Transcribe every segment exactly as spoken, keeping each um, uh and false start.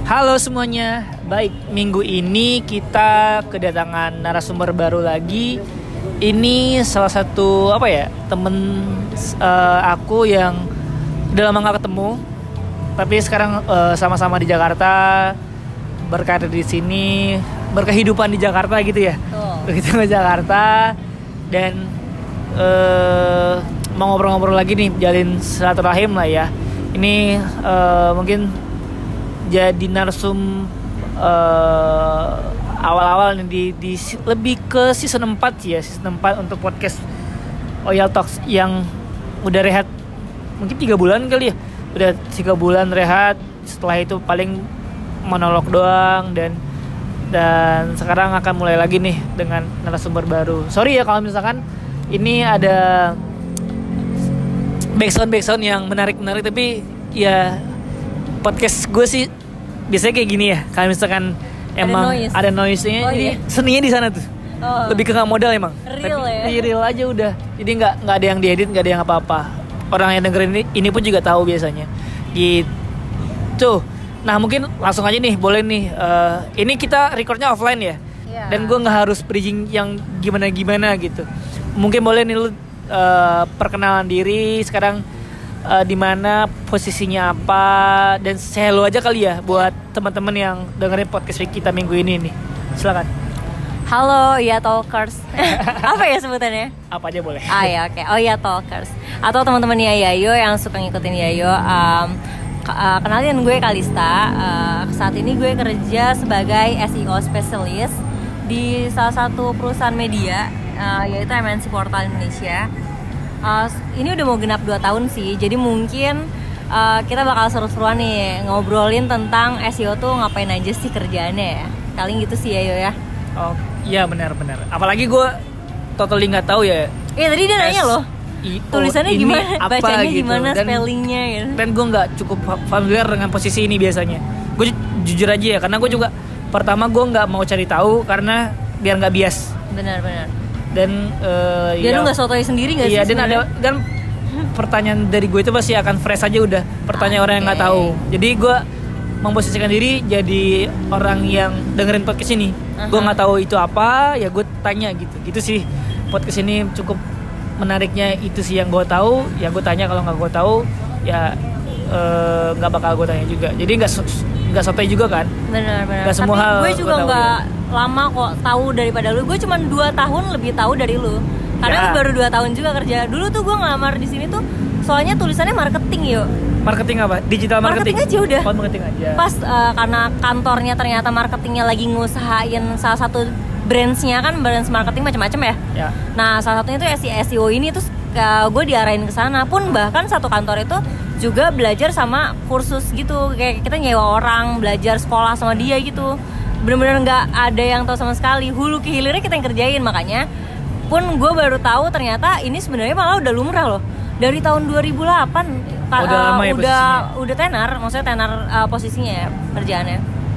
Halo semuanya, baik minggu ini kita kedatangan narasumber baru lagi. Ini salah satu apa ya temen uh, aku yang udah lama gak ketemu, tapi sekarang uh, sama-sama di Jakarta, berkarir di sini, berkehidupan di Jakarta gitu ya. Oh. Begitu di Jakarta dan uh, mau ngobrol-ngobrol lagi nih, jalin silaturahim lah ya. Ini uh, mungkin jadi narsum uh, awal-awal nih di, di lebih ke season empat ya, season empat untuk podcast Oyal Talks yang udah rehat mungkin tiga bulan kali ya. Udah tiga bulan rehat, setelah itu paling monolog doang dan dan sekarang akan mulai lagi nih dengan narasumber baru. Sorry ya kalau misalkan ini ada backsound-backsound yang menarik-menarik, tapi ya podcast gue sih biasanya kayak gini ya. Kalau misalkan emang noise. ada noise-nya, oh, iya. Seninya di sana tuh. Oh. Lebih ke nggak modal emang. Real tapi, ya. Real aja udah. Jadi nggak nggak ada yang diedit, nggak ada yang apa-apa. Orang yang dengerin ini, ini pun juga tahu biasanya. Gitu. Nah mungkin langsung aja nih, boleh nih. Uh, ini kita recordnya offline ya. Yeah. Dan gue nggak harus bridging yang gimana-gimana gitu. Mungkin boleh nih lu uh, perkenalan diri sekarang. Uh, di mana posisinya apa dan say hello aja kali ya buat teman-teman yang dengerin podcast kita minggu ini nih. Silakan. Halo ya Talkers. Apa ya sebutannya? Apa aja boleh. Ah ya oke. Okay. Oh ya Talkers. Atau teman-teman ya Yayo yang suka ngikutin Yayo. Um, uh, kenalin gue Kalista. Uh, saat ini gue kerja sebagai S E O specialist di salah satu perusahaan media uh, yaitu M N C Portal Indonesia. Uh, ini udah mau genap dua tahun sih, jadi mungkin uh, kita bakal seru-seruan nih ngobrolin tentang S E O tuh ngapain aja sih kerjaannya ya. Paling gitu sih ya Yo ya. Oh iya benar-benar. Apalagi gue totally nggak tahu ya. Iya tadi dia nanya loh. Tulisannya gimana, apa, bacanya gitu. gimana, dan, spellingnya gitu. Dan gue nggak cukup familiar dengan posisi ini biasanya. Gue ju- jujur aja ya, karena gue juga pertama gue nggak mau cari tahu karena biar nggak bias. Benar-benar. Dan uh, dia ya, lu nggak sotoy sendiri nggak iya, sih? Iya dan ada dan pertanyaan dari gue itu pasti akan fresh aja udah pertanyaan okay. orang yang nggak tahu. Jadi gue memposisikan diri jadi orang yang dengerin podcast ini. Uh-huh. Gue nggak tahu itu apa, ya gue tanya gitu. Gitu sih podcast ini cukup menariknya itu sih yang gue tahu. Ya gue tanya, kalau nggak gue tahu ya nggak uh, bakal gue tanya juga. Jadi nggak nggak sotoy juga kan? Benar-benar. Nggak semua tapi hal gue juga nggak lama kok tahu daripada lu. Gue cuma dua tahun lebih tahu dari lu. Karena ya. Lu baru dua tahun juga kerja. Dulu tuh gue ngelamar di sini tuh soalnya tulisannya marketing yo. Marketing apa? Digital marketing. Marketing aja udah. Oh, marketing aja. Pas uh, karena kantornya ternyata marketingnya lagi ngusahain salah satu brands-nya kan, brands marketing macam-macam ya. Ya. Nah salah satunya tuh S E O ini terus uh, gue diarahin ke sana. Pun bahkan satu kantor itu juga belajar sama kursus gitu, kayak kita nyewa orang belajar sekolah sama dia gitu. Bener-bener nggak ada yang tahu sama sekali, hulu ke hilirnya kita yang kerjain. Makanya pun gue baru tahu ternyata ini sebenarnya malah udah lumrah loh dari tahun dua ribu delapan. Oh, udah lama ya udah udah tenar, maksudnya tenar uh, posisinya ya kerjaannya.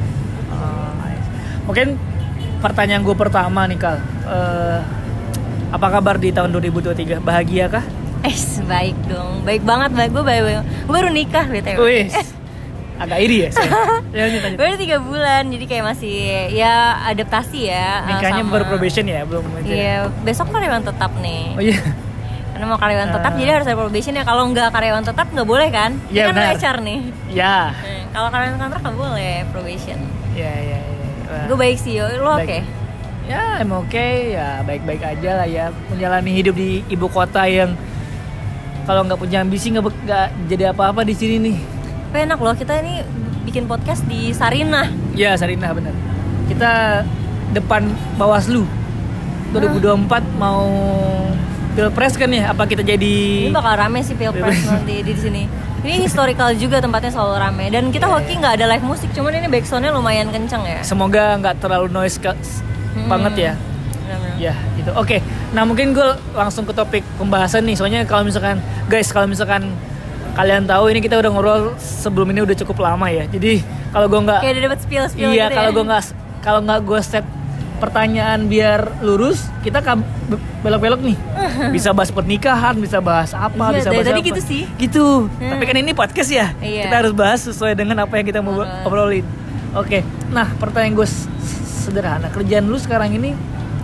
Uh, mungkin pertanyaan gue pertama nih Kal, uh, apa kabar di tahun dua ribu dua puluh tiga? Bahagia kah? Eh baik dong, baik banget, baik gue baik banget. Gue baru nikah B T W. Wih, agak iri ya saya. Baru tiga bulan, jadi kayak masih ya adaptasi ya. Nikahnya sama... baru probation ya, belum? Iya, besok karyawan tetap nih. Oh iya. Karena mau karyawan tetap, uh... jadi harus ada probation ya. Kalau nggak karyawan tetap nggak boleh kan? Iya kan benar. H R nih. Iya. Hmm, kalau karyawan kontrak nggak boleh probation. Iya iya. Ya. Gue baik sih, lo oke? Okay? Ya emang oke, okay. Ya baik-baik aja lah ya. Menjalani hidup di ibu kota yang kalau nggak punya ambisi nggak nggak jadi apa-apa di sini nih. Tapi enak loh, kita ini bikin podcast di Sarinah. Ya Sarinah benar. Kita depan Bawaslu dua ribu dua puluh empat huh? Mau pilpres kan ya? Apa kita jadi? Ini bakal rame sih pilpres nanti di sini. Ini historical juga, tempatnya selalu rame. Dan kita yeah. hoki nggak ada live musik, cuman ini backsoundnya lumayan kenceng ya. Semoga nggak terlalu noise ke- hmm. banget ya. Benar-benar. Ya gitu. Oke. Okay. Nah mungkin gue langsung ke topik pembahasan nih. Soalnya kalau misalkan guys, kalau misalkan kalian tahu ini kita udah ngobrol sebelum ini udah cukup lama ya. Jadi kalau gue nggak, kayak udah dapet spill spill. Iya gitu kalau ya? gue nggak kalau nggak gue set pertanyaan biar lurus, kita kan belok-belok nih. Bisa bahas pernikahan, bisa bahas apa, iya, bisa bahas tadi apa. gitu sih. Gitu. Hmm. Tapi kan ini podcast ya. Iya. Kita harus bahas sesuai dengan apa yang kita mau uh. obrolin. Oke, nah pertanyaan gue s- sederhana. Kerjaan lu sekarang ini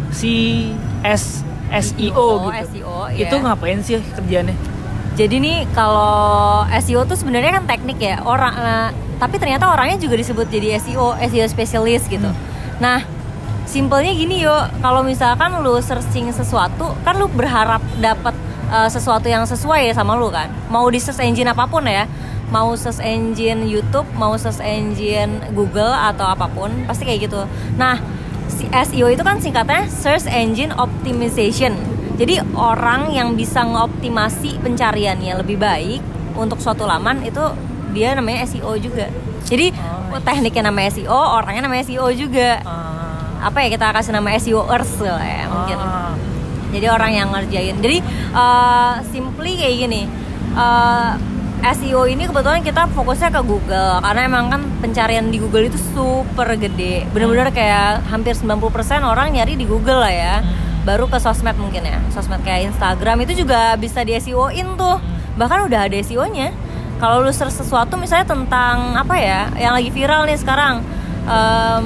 si S SEO gitu. S E O, Itu ya. ngapain sih kerjaannya? Jadi nih kalau S E O tuh sebenarnya kan teknik ya orang, uh, tapi ternyata orangnya juga disebut jadi S E O, S E O specialist gitu. Hmm. Nah, simpelnya gini yo, kalau misalkan lu searching sesuatu, kan lu berharap dapat uh, sesuatu yang sesuai ya sama lu kan. Mau di search engine apapun ya, mau search engine YouTube, mau search engine Google atau apapun, pasti kayak gitu. Nah, si S E O itu kan singkatnya Search Engine Optimization. Jadi orang yang bisa ngoptimasi pencariannya lebih baik untuk suatu laman itu dia namanya S E O juga. Jadi oh, tekniknya namanya S E O, orangnya namanya S E O juga. Uh. Apa ya, kita kasih nama S E O-ers lah ya mungkin. Uh. Jadi orang yang ngerjain. Jadi uh, simply kayak gini. Uh, S E O ini kebetulan kita fokusnya ke Google karena emang kan pencarian di Google itu super gede. Bener-bener kayak hampir sembilan puluh persen orang nyari di Google lah ya. Baru ke sosmed mungkin ya. Sosmed kayak Instagram itu juga bisa di S E O-in tuh. Bahkan udah ada S E O-nya. Kalau lu search sesuatu misalnya tentang apa ya, yang lagi viral nih sekarang, um,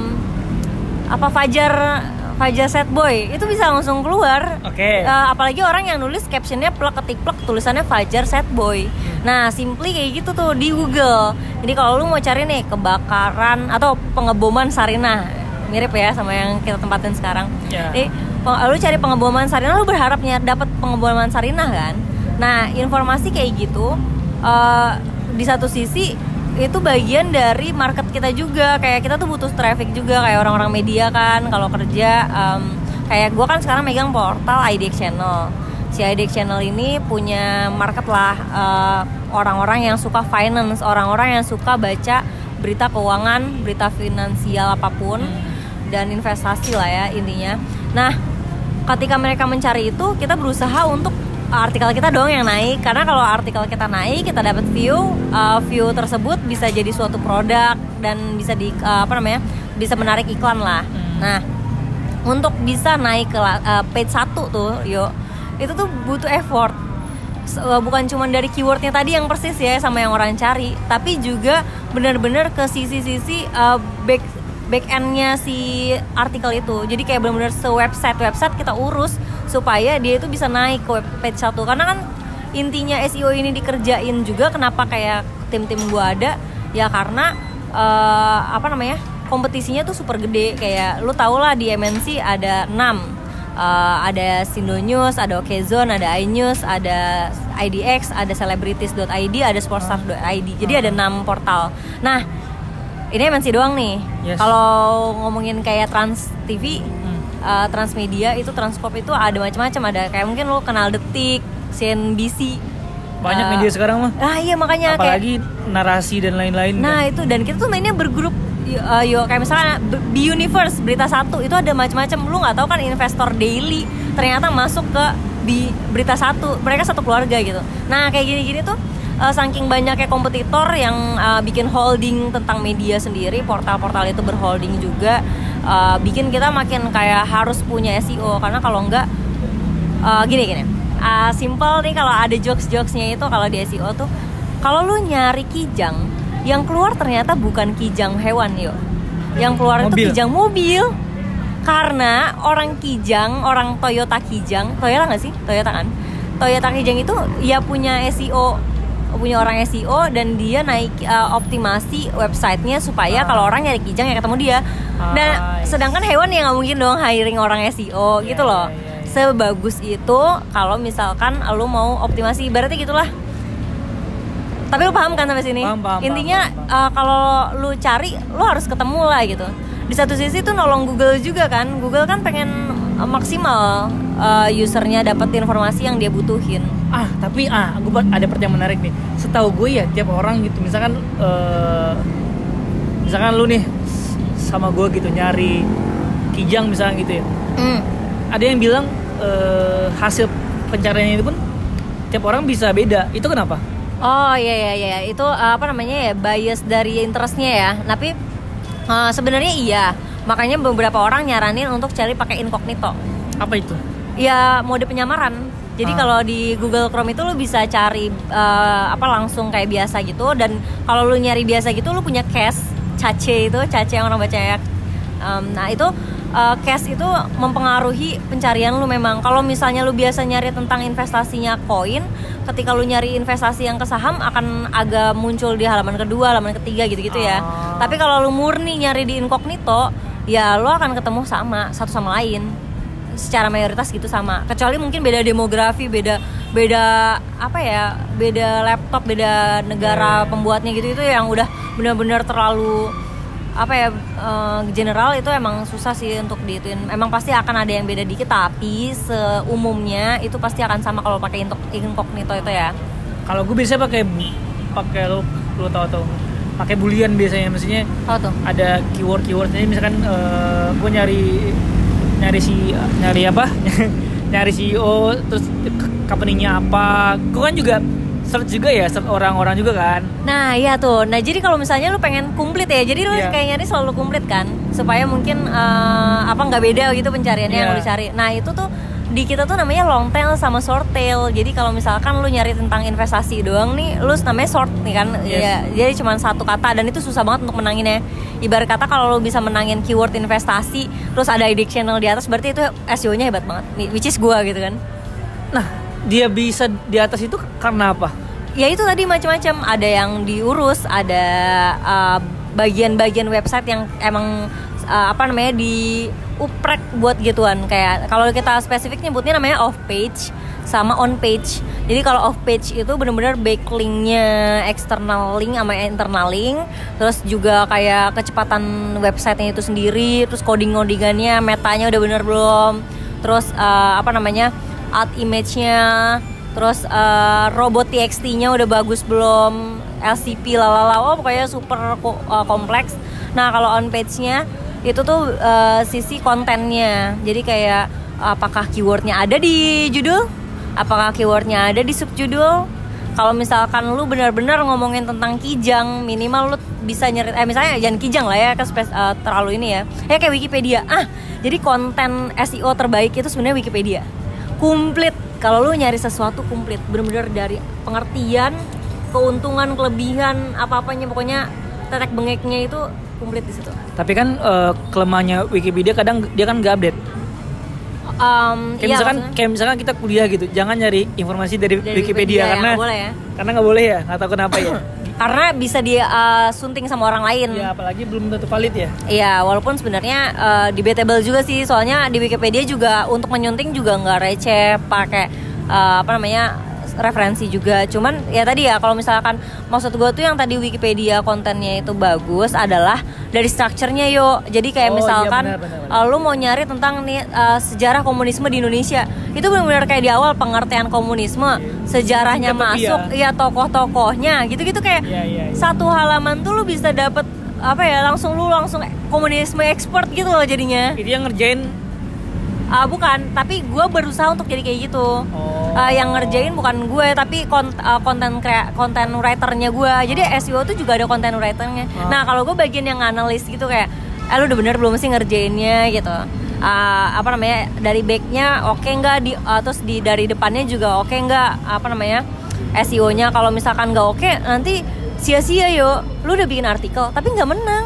apa Fajar Fajar Sad Boy, itu bisa langsung keluar. Oke. Okay. Uh, apalagi orang yang nulis captionnya plek ketik plek tulisannya Fajar Sad Boy. Nah, simply kayak gitu tuh di Google. Jadi kalau lu mau cari nih kebakaran atau pengeboman Sarinah, mirip ya sama yang kita tempatin sekarang. Yeah. Jadi lu cari pengeboman Sarinah, lu berharapnya dapat pengeboman Sarinah kan. Nah, informasi kayak gitu uh, di satu sisi itu bagian dari market kita juga. Kayak kita tuh butuh traffic juga, kayak orang-orang media kan kalau kerja. um, Kayak gue kan sekarang megang portal I D X Channel. Si I D X Channel ini punya market lah, uh, orang-orang yang suka finance, orang-orang yang suka baca berita keuangan, berita finansial apapun, dan investasi lah ya intinya. Nah, ketika mereka mencari itu, kita berusaha untuk artikel kita dong yang naik, karena kalau artikel kita naik, kita dapat view, uh, view tersebut bisa jadi suatu produk dan bisa di uh, apa namanya, bisa menarik iklan lah. Nah, untuk bisa naik ke uh, page satu tuh, yo, itu tuh butuh effort. Uh, bukan cuma dari keywordnya tadi yang persis ya sama yang orang cari, tapi juga benar-benar ke sisi-sisi uh, back back end-nya si artikel itu. Jadi kayak benar-benar se-website website kita urus supaya dia itu bisa naik ke web page satu. Karena kan intinya S E O ini dikerjain juga, kenapa kayak tim-tim gua ada ya karena uh, apa namanya, kompetisinya tuh super gede. Kayak lu tau lah di M N C ada enam, uh, ada Sindo News, ada Okezone, ada iNews, ada I D X, ada celebrities dot I D, ada sportstuff dot I D. Jadi ada enam portal. Nah, ini M N C doang nih. Yes. Kalau ngomongin kayak Trans T V, hmm. uh, Transmedia itu, Transkop itu ada macam-macam. Ada kayak mungkin lo kenal Detik, C N B C. Banyak uh, media sekarang mah. Ah iya makanya. Apalagi kayak, narasi dan lain-lain. Nah kan? itu, dan kita tuh mainnya bergrup. Uh, yo kayak misalnya B Universe, Berita Satu itu ada macam-macam. Lu nggak tahu kan Investor Daily ternyata masuk ke di Berita Satu. Mereka satu keluarga gitu. Nah kayak gini-gini tuh. Uh, saking banyaknya kompetitor yang uh, bikin holding tentang media sendiri, portal-portal itu berholding juga, uh, bikin kita makin kayak harus punya S E O. Karena kalau enggak uh, gini gini uh, simple nih, kalau ada jokes-jokesnya itu kalau di S E O tuh, kalau lu nyari kijang, yang keluar ternyata bukan kijang hewan yo, yang keluar mobil. Itu kijang mobil. Karena orang kijang, orang Toyota kijang, Toyota nggak sih? Toyota kan? Toyota kijang itu ya punya S E O, punya orang S E O, dan dia naik uh, optimasi websitenya supaya ah. kalau orang nyari kijang ya ketemu dia. Ah, dan yes. Sedangkan hewan ya nggak mungkin dong hiring orang S E O yeah, gitu loh. Yeah, yeah, yeah. Sebagus itu kalau misalkan lu mau optimasi, ibaratnya gitulah. Tapi lu paham kan sampai sini? Paham, paham, Intinya paham, paham. Uh, kalau lu cari, lu harus ketemu lah gitu. Di satu sisi tuh nolong Google juga kan. Google kan pengen uh, maksimal uh, usernya dapat informasi yang dia butuhin. Ah, tapi ah, gue ada pertanyaan menarik nih. Setahu gue ya tiap orang gitu, misalkan, uh, misalkan lu nih sama gue gitu nyari kijang misalnya gitu ya. Mm. Ada yang bilang uh, hasil pencariannya itu pun tiap orang bisa beda. Itu kenapa? Oh iya iya iya, itu uh, apa namanya ya, bias dari interestnya ya. Tapi uh, sebenarnya iya. Makanya beberapa orang nyaranin untuk cari pakai incognito. Apa itu? Ya mode penyamaran. Jadi ah. kalau di Google Chrome itu lu bisa cari uh, apa langsung kayak biasa gitu, dan kalau lu nyari biasa gitu lu punya cache cache itu, cache yang orang baca ya. Um, nah itu uh, cash itu mempengaruhi pencarian lu memang. Kalau misalnya lu biasa nyari tentang investasinya koin, ketika lu nyari investasi yang ke saham akan agak muncul di halaman kedua, halaman ketiga gitu-gitu ya. Oh. Tapi kalau lu murni nyari di incognito, ya lu akan ketemu sama satu sama lain. Secara mayoritas gitu sama. Kecuali mungkin beda demografi, beda beda apa ya, beda laptop, beda negara pembuatnya gitu, itu yang udah benar-benar terlalu apa ya, uh, general, itu emang susah sih untuk diituin. Emang pasti akan ada yang beda dikit, tapi seumumnya itu pasti akan sama kalau pakai incognito itu ya. Kalau gue biasanya pakai pakai lo lo tau tau pakai boolean biasanya, maksudnya oh, tuh. ada keyword keywordnya. Misalkan uh, gue nyari nyari si nyari apa nyari C E O, terus company-nya apa, gue kan juga search juga ya, search orang-orang juga kan. Nah iya tuh, nah jadi kalau misalnya lu pengen komplit ya, jadi lu yeah. kayak nyari selalu komplit kan, supaya mungkin uh, apa nggak beda gitu pencariannya yeah. yang lu cari. Nah itu tuh di kita tuh namanya long tail sama short tail. Jadi kalau misalkan lu nyari tentang investasi doang nih, lu namanya short nih kan, yes. ya jadi cuma satu kata, dan itu susah banget untuk menanginnya. Ibarat kata kalau lu bisa menangin keyword investasi, terus ada additional di atas, berarti itu S E O-nya hebat banget, which is gua gitu kan. Nah dia bisa di atas itu karena apa? Ya itu tadi macam-macam, ada yang diurus, ada uh, bagian-bagian website yang emang uh, apa namanya diuprek buat gituan. Kayak kalau kita spesifik nyebutnya namanya off page sama on page. Jadi kalau off page itu benar-benar backlinknya external link sama internal link, terus juga kayak kecepatan websitenya itu sendiri, terus coding-codingannya, metanya udah benar belum, terus uh, apa namanya alt image-nya, terus uh, robot T X T-nya udah bagus belum, L C P lalala, oh pokoknya super uh, kompleks. Nah kalau on page-nya itu tuh uh, sisi kontennya, jadi kayak apakah keywordnya ada di judul, apakah keywordnya ada di subjudul. Kalau misalkan lu benar-benar ngomongin tentang kijang, minimal lu bisa nyari, eh misalnya jangan kijang lah ya, ke spes, uh, terlalu ini ya, ya kayak Wikipedia. Ah jadi konten S E O terbaik itu sebenarnya Wikipedia, komplit. Kalau lu nyari sesuatu komplit, bener-bener dari pengertian, keuntungan, kelebihan, apa-apanya, pokoknya tetek bengeknya itu komplit di situ. Tapi kan uh, kelemahannya Wikipedia kadang dia kan nggak update. Um, kayak iya, misalkan maksudnya? kayak misalkan kita kuliah gitu, jangan nyari informasi dari, dari Wikipedia, Wikipedia karena ya, boleh ya. karena nggak boleh ya, nggak tahu kenapa ya. Karena bisa disunting uh, sama orang lain. Ya apalagi belum tentu valid ya. Iya, walaupun sebenarnya uh, debatable juga sih, soalnya di Wikipedia juga untuk menyunting juga nggak receh, pakai uh, apa namanya referensi juga. Cuman ya tadi ya, kalau misalkan maksud gue tuh yang tadi Wikipedia kontennya itu bagus adalah dari strukturnya yo. Jadi kayak oh, misalkan iya, benar, benar, benar. Uh, lu mau nyari tentang nih uh, sejarah komunisme di Indonesia, itu benar-benar kayak di awal pengertian komunisme, sejarahnya masuk, ya tokoh-tokohnya, gitu-gitu kayak ya, ya, ya. Satu halaman tuh lu bisa dapet apa ya, langsung lu langsung komunisme expert gitu loh jadinya. Itu yang ngerjain. Uh, bukan, tapi gue berusaha untuk jadi kayak gitu. Oh. Uh, yang ngerjain bukan gue, tapi kont- uh, konten krea- konten writernya gue. Jadi S E O tuh juga ada konten writernya. Oh. Nah kalau gue bagian yang analis gitu kayak, eh lu udah bener belum sih ngerjainnya gitu. Uh, apa namanya dari backnya oke okay nggak, di uh, terus di dari depannya juga oke okay nggak, apa namanya S E O-nya. Kalau misalkan nggak oke okay, nanti sia-sia yo. Lu udah bikin artikel tapi nggak menang,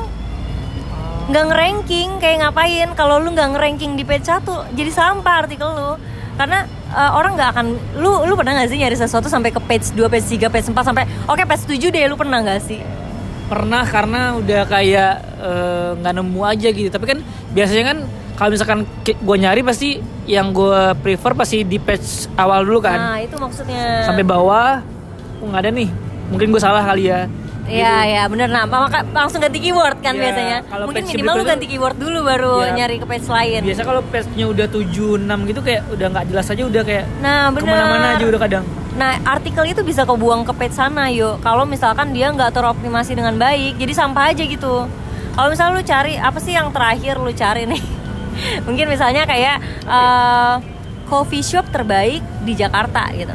nggak nge-ranking. Kayak ngapain kalau lu nggak nge-ranking di page satu, jadi sampah artikel lu. Karena uh, orang nggak akan, lu lu pernah nggak sih nyari sesuatu sampai ke page dua, page tiga, page empat, sampai oke okay, page tujuh deh, lu pernah nggak sih? Pernah, karena udah kayak nggak uh, nemu aja gitu. Tapi kan biasanya kan kalau misalkan gue nyari pasti yang gue prefer pasti di page awal dulu kan. Nah itu maksudnya. Sampai bawah, oh nggak ada nih. Mungkin gue salah kali ya. Iya gitu. Ya bener, nah maka langsung ganti keyword kan ya, biasanya. Mungkin minimal lu ganti keyword dulu baru ya, nyari ke page lain. Biasa kalau page-nya udah tujuh enam gitu kayak udah nggak jelas aja, udah kayak nah, kemana-mana aja udah kadang. Nah artikel itu bisa kebuang ke page sana yuk, kalau misalkan dia nggak teroptimasi dengan baik, jadi sampah aja gitu. Kalau misalnya lu cari apa sih yang terakhir lu cari nih? Mungkin misalnya kayak uh, coffee shop terbaik di Jakarta gitu.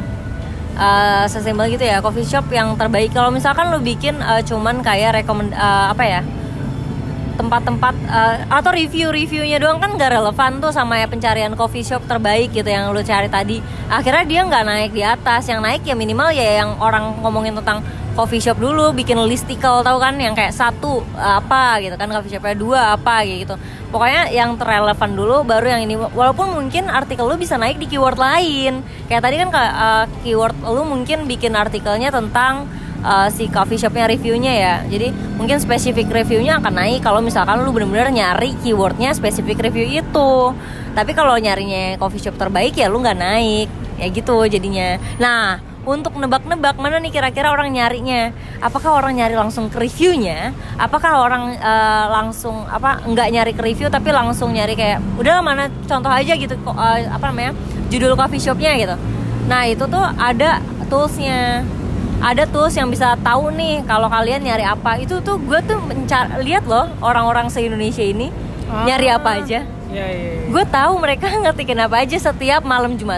Uh, sesimpel gitu ya, coffee shop yang terbaik. Kalau misalkan lu bikin uh, cuman kayak rekomend uh, apa ya, tempat-tempat uh, atau review-reviewnya doang, kan gak relevan tuh sama ya pencarian coffee shop terbaik gitu yang lu cari tadi. Akhirnya dia nggak naik di atas, yang naik ya minimal ya yang orang ngomongin tentang coffee shop dulu, bikin listicle, tahu kan, yang kayak satu apa gitu kan, coffee shopnya dua apa gitu. Pokoknya yang terrelevan dulu, baru yang ini. Walaupun mungkin artikel lu bisa naik di keyword lain. Kayak tadi kan uh, keyword lu mungkin bikin artikelnya tentang uh, si coffee shopnya, reviewnya ya. Jadi mungkin spesifik reviewnya akan naik kalau misalkan lu bener-bener nyari keywordnya spesifik review itu. Tapi kalau nyarinya coffee shop terbaik ya lu nggak naik, ya gitu jadinya. Nah, untuk nebak-nebak mana nih kira-kira orang nyarinya, apakah orang nyari langsung ke reviewnya, apakah orang uh, langsung apa nggak nyari ke review tapi langsung nyari kayak udah mana contoh aja gitu, uh, apa namanya, judul coffee shopnya gitu. Nah itu tuh ada toolsnya, ada tools yang bisa tahu nih kalau kalian nyari apa. Itu tuh gue tuh mencari, lihat loh orang-orang se-Indonesia ini ah, nyari apa aja. Ya, ya, ya. Gue tahu mereka ngetikin apa aja setiap malam Jumat.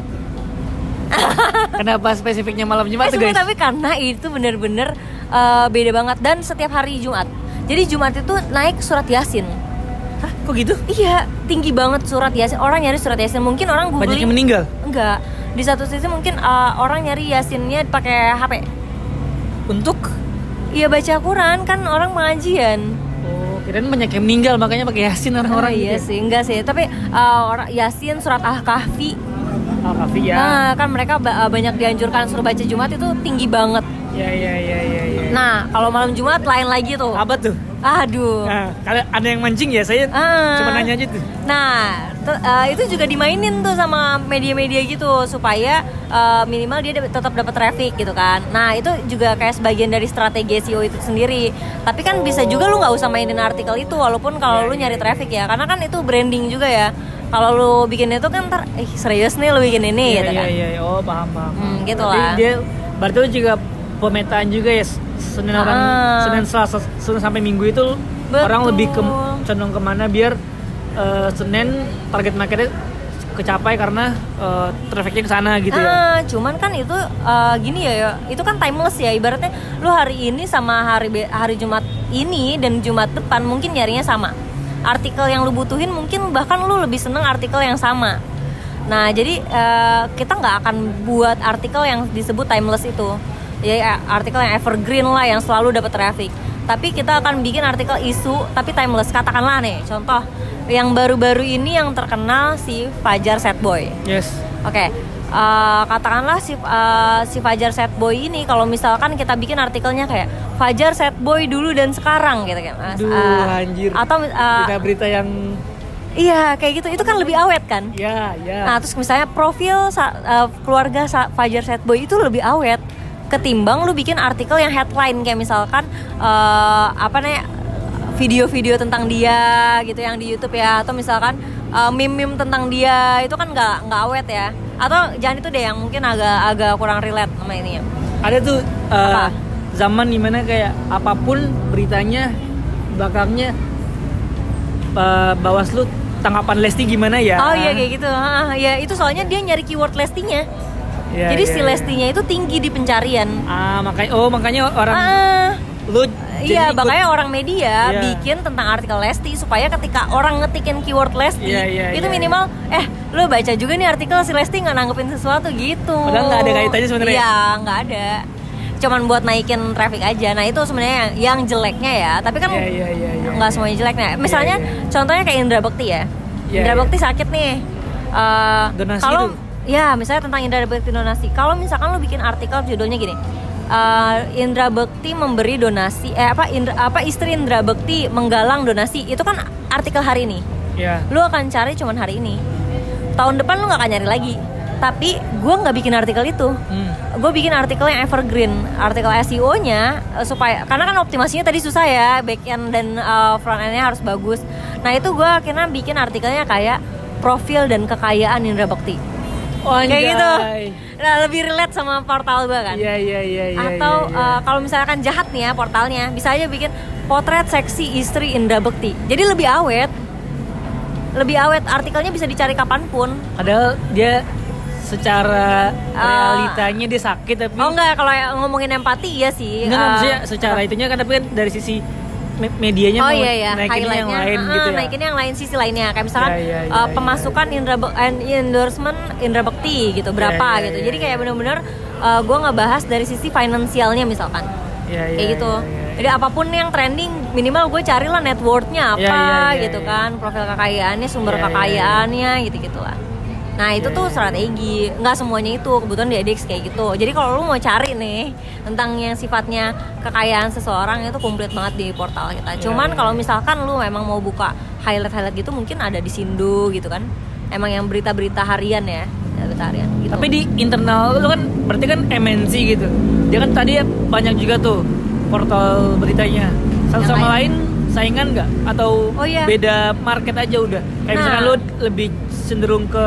Kenapa spesifiknya malam Jumat tuh guys? Tapi karena itu bener-bener uh, beda banget, dan setiap hari Jumat. Jadi Jumat itu naik surat Yasin. Hah? Kok gitu? Iya, tinggi banget surat Yasin. Orang nyari surat Yasin. Mungkin orang googling. Banyak yang meninggal? Enggak. Di satu sisi mungkin uh, orang nyari Yasinnya pakai H P. Untuk? Iya, baca Quran kan orang pengajian. Oh, kirain banyak yang meninggal makanya pakai Yasin orang-orang. Oh, iya gitu. sih, enggak sih. Tapi uh, orang Yasin, surat Al-Kahfi. Al-Kahfi ya. Nah, kan mereka ba- banyak dianjurkan suruh baca Jumat, itu tinggi banget. Ya, ya, ya, ya, ya. Nah, kalau malam Jumat lain lagi tuh. Apa tuh? Aduh. Nah, kalau ada yang mancing ya, saya ah. cuma nanya aja tuh. Nah, t- uh, itu juga dimainin tuh sama media-media gitu supaya uh, minimal dia d- tetap dapat traffic gitu kan. Nah, itu juga kayak sebagian dari strategi S E O itu sendiri. Tapi kan oh. bisa juga lu nggak usah mainin artikel itu, walaupun kalau yeah, lu nyari yeah, traffic ya, karena kan itu branding juga ya. Kalau lu bikin itu kan ntar, eh serius nih lu bikin ini, yeah, gitu kan? Iya, iya, iya, oh paham, paham. Hmm, gitu berarti lah. Dia, berarti lu juga pemetaan juga ya, Senin ah. orang, Senin Selasa, Senin sampai Minggu itu betul. Orang lebih ke, condong kemana biar uh, Senin target marketnya kecapai karena uh, trafficnya ke sana gitu ya. Ah, cuman kan itu uh, gini ya, ya, itu kan timeless ya, ibaratnya lu hari ini sama hari hari Jumat ini dan Jumat depan mungkin nyarinya sama. Artikel yang lu butuhin mungkin bahkan lu lebih seneng artikel yang sama. Nah jadi uh, kita nggak akan buat artikel yang disebut timeless itu, ya artikel yang evergreen lah yang selalu dapat traffic. Tapi kita akan bikin artikel isu tapi timeless. Katakanlah nih contoh yang baru-baru ini yang terkenal si Fajar Sad Boy. Yes. Oke. Okay. Uh, katakanlah si uh, si Fajar Sad Boy ini kalau misalkan kita bikin artikelnya kayak Fajar Sad Boy dulu dan sekarang gitu kan. Aduh, uh, anjir. Atau uh, berita-berita yang iya kayak gitu, itu kan lebih awet kan. Iya, iya. Nah terus misalnya profil uh, keluarga Fajar Sad Boy itu lebih awet ketimbang lu bikin artikel yang headline kayak misalkan uh, apa namanya video-video tentang dia gitu yang di YouTube ya, atau misalkan uh, meme-meme tentang dia, itu kan nggak nggak awet ya. Atau jangan itu deh yang mungkin agak agak kurang relate sama ini ya. Ada tuh uh, zaman dimana kayak apapun beritanya belakangnya uh, Bawaslu tanggapan Lesti gimana ya? Oh iya kayak gitu. Ah, ya itu soalnya dia nyari keyword Lestinya. Ya, jadi ya, si Lestinya ya. Itu tinggi di pencarian. Ah makanya oh makanya orang ah, lu iya makanya orang media yeah. bikin tentang artikel Lesti supaya ketika orang ngetikin keyword Lesti yeah, yeah, itu yeah, minimal yeah. eh lu baca juga nih artikel si Lesti nggak nanggepin sesuatu gitu. Padahal nggak ada kaitannya sebenarnya. Iya nggak ada. Cuman buat naikin traffic aja. Nah itu sebenarnya yang, yang jeleknya ya. Tapi kan nggak yeah, yeah, yeah, yeah, semuanya jeleknya. Misalnya yeah, yeah. contohnya kayak Indra Bekti ya. Yeah, Indra yeah. Bekti sakit nih. Uh, kalau ya misalnya tentang Indra Bekti donasi. Kalau misalkan lu bikin artikel judulnya gini. Uh, Indra Bekti memberi donasi eh apa Indra, apa istri Indra Bekti menggalang donasi, itu kan artikel hari ini. Yeah. Lu akan cari cuman hari ini. Tahun depan lu nggak akan nyari lagi. Tapi gue nggak bikin artikel itu. Hmm. Gue bikin artikel yang evergreen, artikel S E O-nya uh, supaya karena kan optimasinya tadi susah ya, back end dan uh, front end-nya harus bagus. Nah itu gue akhirnya bikin artikelnya kayak profil dan kekayaan Indra Bekti. Oh, kayak gitu. Nah, lebih relate sama portal gue kan. Iya iya iya. Atau ya, ya. Uh, kalau misalkan jahat nih ya portalnya, bisa aja bikin potret seksi istri Indra Bekti. Jadi lebih awet, lebih awet. Artikelnya bisa dicari kapanpun. Padahal dia secara realitanya uh, dia sakit tapi. Oh enggak, kalau ngomongin empati iya sih. Enggak, uh, maksudnya secara uh, itunya kan, tapi kan dari sisi medianya oh, mau iya, iya. naikin yang lain uh, gitu ya. Naikin yang lain sisi lainnya. Kayak misalkan ya, ya, ya, uh, pemasukan ya, ya. Indra Be- endorsement Indra Bekti gitu berapa ya, ya, gitu. ya, Jadi ya, kayak ya. benar-benar uh, gue ngebahas dari sisi finansialnya misalkan. Ya, ya, kayak gitu. ya, ya, ya. Jadi apapun yang trending, minimal gue carilah net worth-nya apa, Ya, ya, ya, gitu ya. kan, profil kekayaannya, sumber Ya, ya, ya. kekayaannya, gitu-gitulah. Nah itu Ya, tuh ya. strategi, nggak semuanya itu, kebetulan di edX kayak gitu. Jadi kalau lu mau cari nih tentang yang sifatnya kekayaan seseorang itu komplit banget di portal kita. Cuman ya, kalau ya. misalkan lu memang mau buka highlight-highlight gitu, mungkin ada di Sindo gitu kan. Emang yang berita-berita harian ya, berita harian gitu. Tapi di internal lu kan berarti kan M N C gitu. Dia kan tadi ya banyak juga tuh portal beritanya. Satu Yang sama lain? lain saingan nggak? Atau Oh, iya. beda market aja udah? Kayak Nah. misalkan lu lebih cenderung ke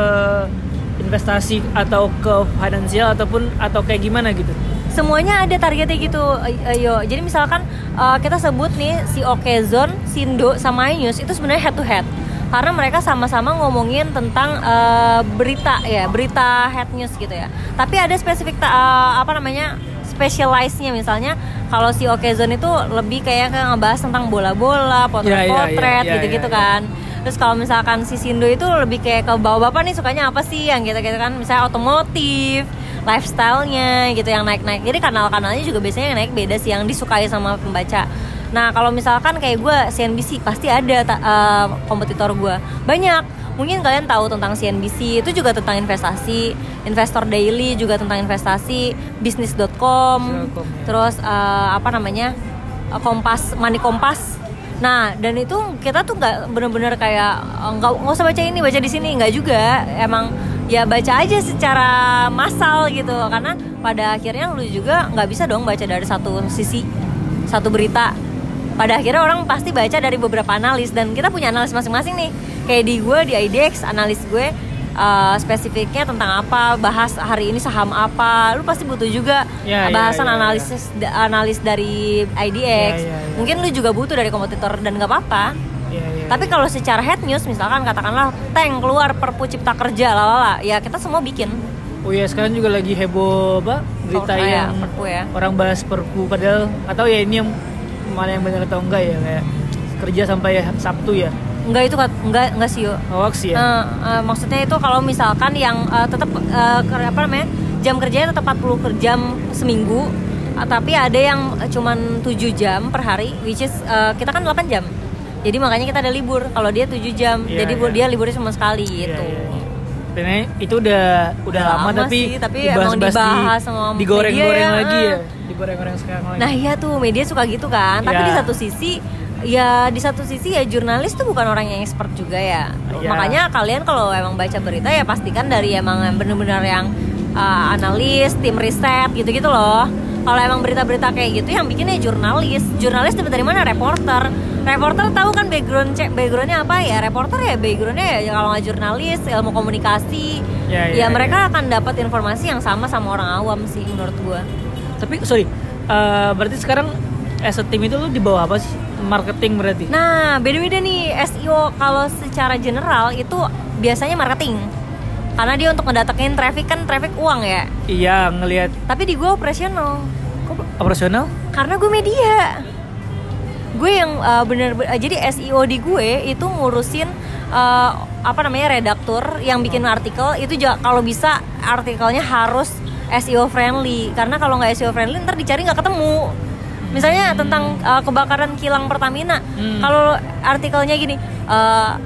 investasi atau ke finansial ataupun atau kayak gimana gitu? Semuanya ada targetnya gitu, ayo. Jadi misalkan uh, kita sebut nih si Okezone, Sindo, sama iNews itu sebenarnya head to head. Karena mereka sama-sama ngomongin tentang uh, berita ya, berita head news gitu ya. Tapi ada spesifik uh, apa namanya? Specialize-nya, misalnya kalau si Okezone itu lebih kayak ngebahas tentang bola-bola, potret-potret Ya, ya, ya, gitu-gitu ya, ya. kan. Terus kalau misalkan si Sindo itu lebih kayak ke bapak-bapak nih sukanya apa sih yang gitu-gitu kan, misalnya otomotif, lifestyle-nya gitu yang naik-naik. Jadi kanal-kanalnya juga biasanya yang naik beda sih, yang disukai sama pembaca. Nah kalau misalkan kayak gue C N B C pasti ada ta- uh, kompetitor gue banyak. Mungkin kalian tahu tentang C N B C, itu juga tentang investasi. Investor Daily juga tentang investasi. Bisnis dot com, Telkom, ya. terus uh, apa namanya, uh, Kompas, Money Kompas. Nah dan itu kita tuh nggak bener-bener kayak nggak nggak usah baca ini baca di sini, nggak juga. Emang ya baca aja secara massal gitu, karena pada akhirnya lu juga nggak bisa dong baca dari satu sisi, satu berita. Pada akhirnya orang pasti baca dari beberapa analis, dan kita punya analis masing-masing nih. Kayak di gue di IDX, analis gue uh, spesifiknya tentang apa, bahas hari ini saham apa. Lu pasti butuh juga Ya, ya, bahasan ya, ya. analisis da- analis dari I D X. Ya, ya, ya. Mungkin lu juga butuh dari kompetitor dan nggak apa-apa. Ya, ya, Tapi ya. kalau secara head news, misalkan katakanlah Tank keluar Perpu Cipta Kerja, lalala, ya kita semua bikin. Oh ya sekarang juga lagi heboh apa berita Oh, ya, yang Perpu ya. orang bahas Perpu, padahal atau ya ini yang mana yang benar atau enggak ya, kayak kerja sampai Sabtu ya. Enggak itu kat- enggak enggak sih yuk. Hoax ya. Eh, eh, maksudnya itu kalau misalkan yang uh, tetap uh, ker- apa namanya, jam kerjanya tetap empat puluh per jam seminggu, uh, tapi ada yang uh, cuman tujuh jam per hari, which is uh, kita kan delapan jam. Jadi makanya kita ada libur. Kalau dia tujuh jam, Iya, jadi iya. dia liburnya cuma sekali Iya, gitu. iya, iya. Sebenarnya itu udah udah Udah lama, lama tapi sih, tapi emang dibahas-bahas dibahas di, sama digoreng-goreng media ya, lagi eh. ya, digoreng-goreng sekarang lagi. Nah iya tuh media suka gitu kan. Tapi Iya. di satu sisi ya di satu sisi ya jurnalis tuh bukan orang yang expert juga ya. Iya. Makanya kalian kalau emang baca berita ya pastikan dari emang yang bener-bener yang uh, analis, tim riset gitu-gitu loh. Kalau emang berita-berita kayak gitu yang bikinnya jurnalis. Jurnalis dapat dari mana? Reporter. Reporter tahu kan background cek backgroundnya apa ya? Reporter ya backgroundnya ya kalau nggak jurnalis, ilmu komunikasi. Ya, Ya, ya, mereka ya. akan dapat informasi yang sama sama orang awam sih menurut gua. Tapi sorry, eh, berarti sekarang as a team itu lu di bawah apa sih? Marketing berarti? Nah, beda-beda nih S E O kalau secara general itu biasanya marketing. Karena dia untuk ngedatengin traffic, kan traffic uang ya. Iya, ngelihat Tapi di gue operasional. kok operasional. Karena gue media. Gue yang uh, bener, bener jadi S E O di gue itu ngurusin uh, apa namanya redaktur yang bikin artikel itu ja- kalau bisa artikelnya harus S E O friendly. Karena kalau nggak S E O friendly ntar dicari nggak ketemu. Misalnya tentang uh, kebakaran kilang Pertamina, Hmm. kalau artikelnya gini, uh,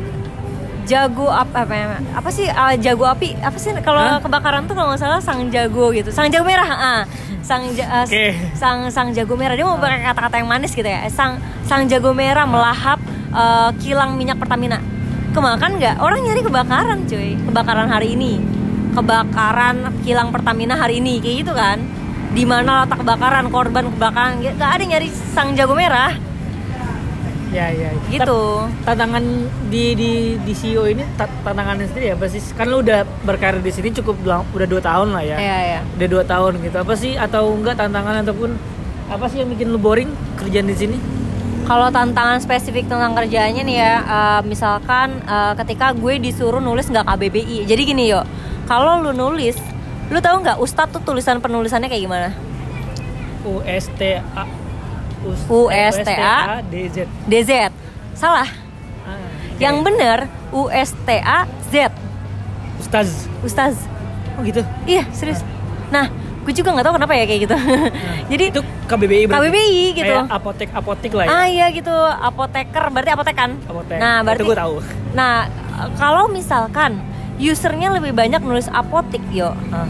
jago apa apa, apa sih uh, jago api apa sih kalau Hah? kebakaran tuh kalau nggak salah sang jago gitu, sang jago merah, ah sang ja- uh, Oke. sang sang jago merah, dia mau pakai kata-kata yang manis gitu ya, sang sang jago merah melahap uh, kilang minyak Pertamina, kemakan nggak? Orang nyari kebakaran cuy, kebakaran hari ini, kebakaran kilang Pertamina hari ini kayak gitu kan. Di mana letak kebakaran, korban kebakaran, nggak ada yang nyari sang jago merah Ya, ya. gitu. Ta- Tantangan di di di C E O ini ta- tantangannya sendiri apa sih? Kan lu udah berkarir di sini cukup lang- udah dua tahun lah ya. Iya, iya. Udah dua tahun gitu. Apa sih atau enggak tantangan ataupun apa sih yang bikin lu boring kerjaan di sini? Kalau tantangan spesifik tentang kerjaannya nih ya, uh, misalkan uh, ketika gue disuruh nulis nggak K B B I. Jadi gini yo, kalau lu nulis, lu tahu nggak Ustadz tuh tulisan penulisannya kayak gimana? U S T A U S T A D Z. D Z. Salah. Ah, oke. Yang bener U S T A Z. Ustaz. Ustaz. Oh gitu. Iya serius. Nah, gue juga nggak tahu kenapa ya kayak gitu. Nah, jadi itu K B B I K B B I gitu. Kayak apotek-apotek lah ya. Ah iya gitu, apoteker berarti apotek kan? Apotek. Nah berarti itu gue tahu. Nah kalau misalkan usernya lebih banyak nulis apotik yo, Ah.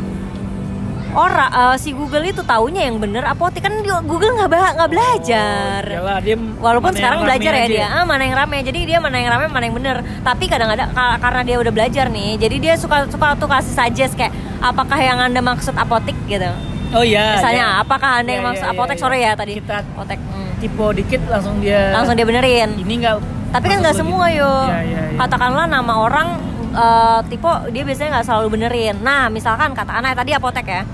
Ora uh, si Google itu taunya yang bener apotik kan Google nggak bah- nggak belajar. Oh, iyalah, dia walaupun mana sekarang yang belajar ya rame dia aja. ah mana yang rame, jadi dia mana yang rame mana yang bener. Tapi kadang-kadang ka- karena dia udah belajar nih, jadi dia suka suka tuh kasih suggest kayak apakah yang anda maksud apotik gitu. Oh iya. Misalnya iya. apakah anda Iya, yang maksud iya, apotek iya, sore iya. ya tadi Kita apotek. Hmm. tipe dikit langsung dia Langsung dia benerin. ini enggak. Tapi kan nggak semua yo. Iya, iya, iya. Katakanlah nama orang uh, tipe dia biasanya nggak selalu benerin. Nah misalkan katakanlah tadi apotek ya.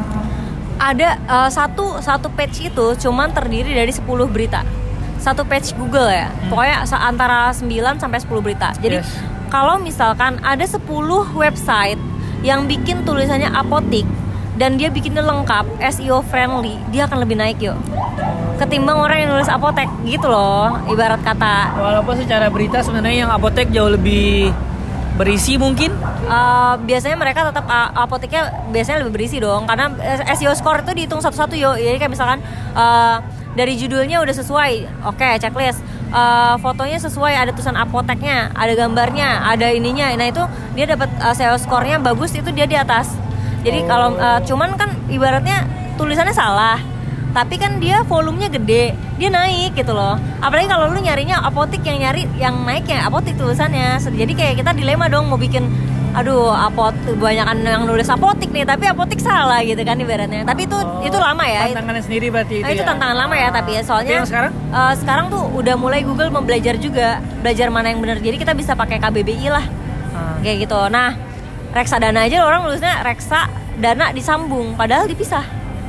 Ada uh, satu satu page itu cuman terdiri dari sepuluh berita. Satu page Google ya. Hmm. Pokoknya antara sembilan sampai sepuluh berita. Jadi Yes. kalau misalkan ada sepuluh website yang bikin tulisannya apotik dan dia bikinnya lengkap, S E O friendly, dia akan lebih naik yuk. Ketimbang orang yang nulis apotek gitu loh, ibarat kata. Walaupun secara berita sebenarnya yang apotek jauh lebih berisi mungkin. Uh, biasanya mereka tetap uh, apoteknya biasanya lebih berisi dong, karena S E O score itu dihitung satu-satu yo. Jadi kayak misalkan uh, dari judulnya udah sesuai, oke okay, checklist. Uh, fotonya sesuai, ada tulisan apoteknya, ada gambarnya, ada ininya. Nah itu dia dapat uh, S E O score-nya bagus, itu dia di atas. Jadi oh. kalau uh, cuman kan ibaratnya tulisannya salah, tapi kan dia volumenya gede, dia naik gitu loh. Apalagi kalau lu nyarinya apotik, yang nyari yang naiknya apotik tulisannya. Jadi kayak kita dilema dong mau bikin, aduh apotik banyakan yang nulis apotik nih, tapi apotik salah gitu kan ibaratnya. Tapi itu Oh, itu lama ya. Tantangannya sendiri berarti Nah, itu. itu ya? tantangan lama ya, tapi ya soalnya Tapi yang sekarang uh, sekarang tuh udah mulai Google membelajar juga, belajar mana yang benar. Jadi kita bisa pakai K B B I lah. Ah. Kayak gitu. Nah, reksadana aja orang nulisnya reksa dana disambung, padahal dipisah.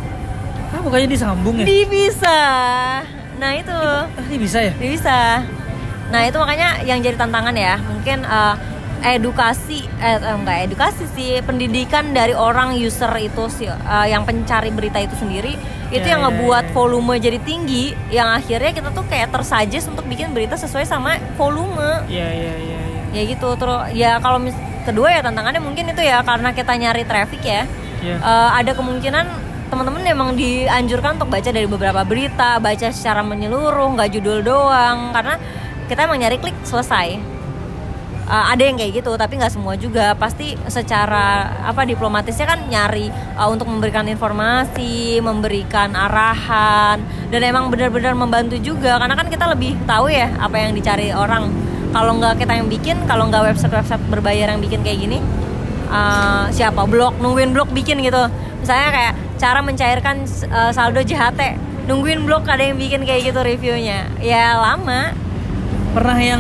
Ah, bukannya disambung ya? Dipisah. Nah itu. Ah, ini bisa ya? Dipisah. Nah itu makanya yang jadi tantangan ya. Mungkin uh, edukasi, eh, enggak edukasi sih, pendidikan dari orang user itu sih, uh, yang pencari berita itu sendiri, itu Ya, yang ya, ngebuat ya, ya. volume jadi tinggi, yang akhirnya kita tuh kayak tersuggest untuk bikin berita sesuai sama volume. Iya, iya, iya, iya. Ya gitu. Terus ya kalau mis- kedua ya tantangannya mungkin itu ya, karena kita nyari traffic ya. Iya. Uh, ada kemungkinan teman-teman emang dianjurkan untuk baca dari beberapa berita, baca secara menyeluruh, nggak judul doang, karena kita emang nyari klik selesai. Uh, ada yang kayak gitu, tapi nggak semua juga. Pasti secara apa diplomatisnya kan nyari uh, untuk memberikan informasi, memberikan arahan, dan emang benar-benar membantu juga, karena kan kita lebih tahu ya apa yang dicari orang. Kalau nggak kita yang bikin, kalau nggak website-website berbayar yang bikin kayak gini, uh, siapa blog nungguin blog bikin gitu. Misalnya kayak cara mencairkan uh, saldo J H T, nungguin blog ada yang bikin kayak gitu reviewnya, ya lama. Pernah yang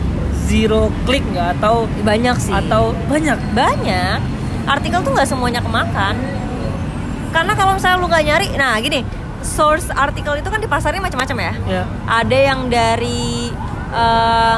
zero click nggak atau Banyak sih. atau banyak? Banyak. Artikel tuh nggak semuanya kemakan. Karena kalau misalnya lu nggak nyari, nah gini, source artikel itu kan dipasarin macam-macam ya. Ya. Ada yang dari uh,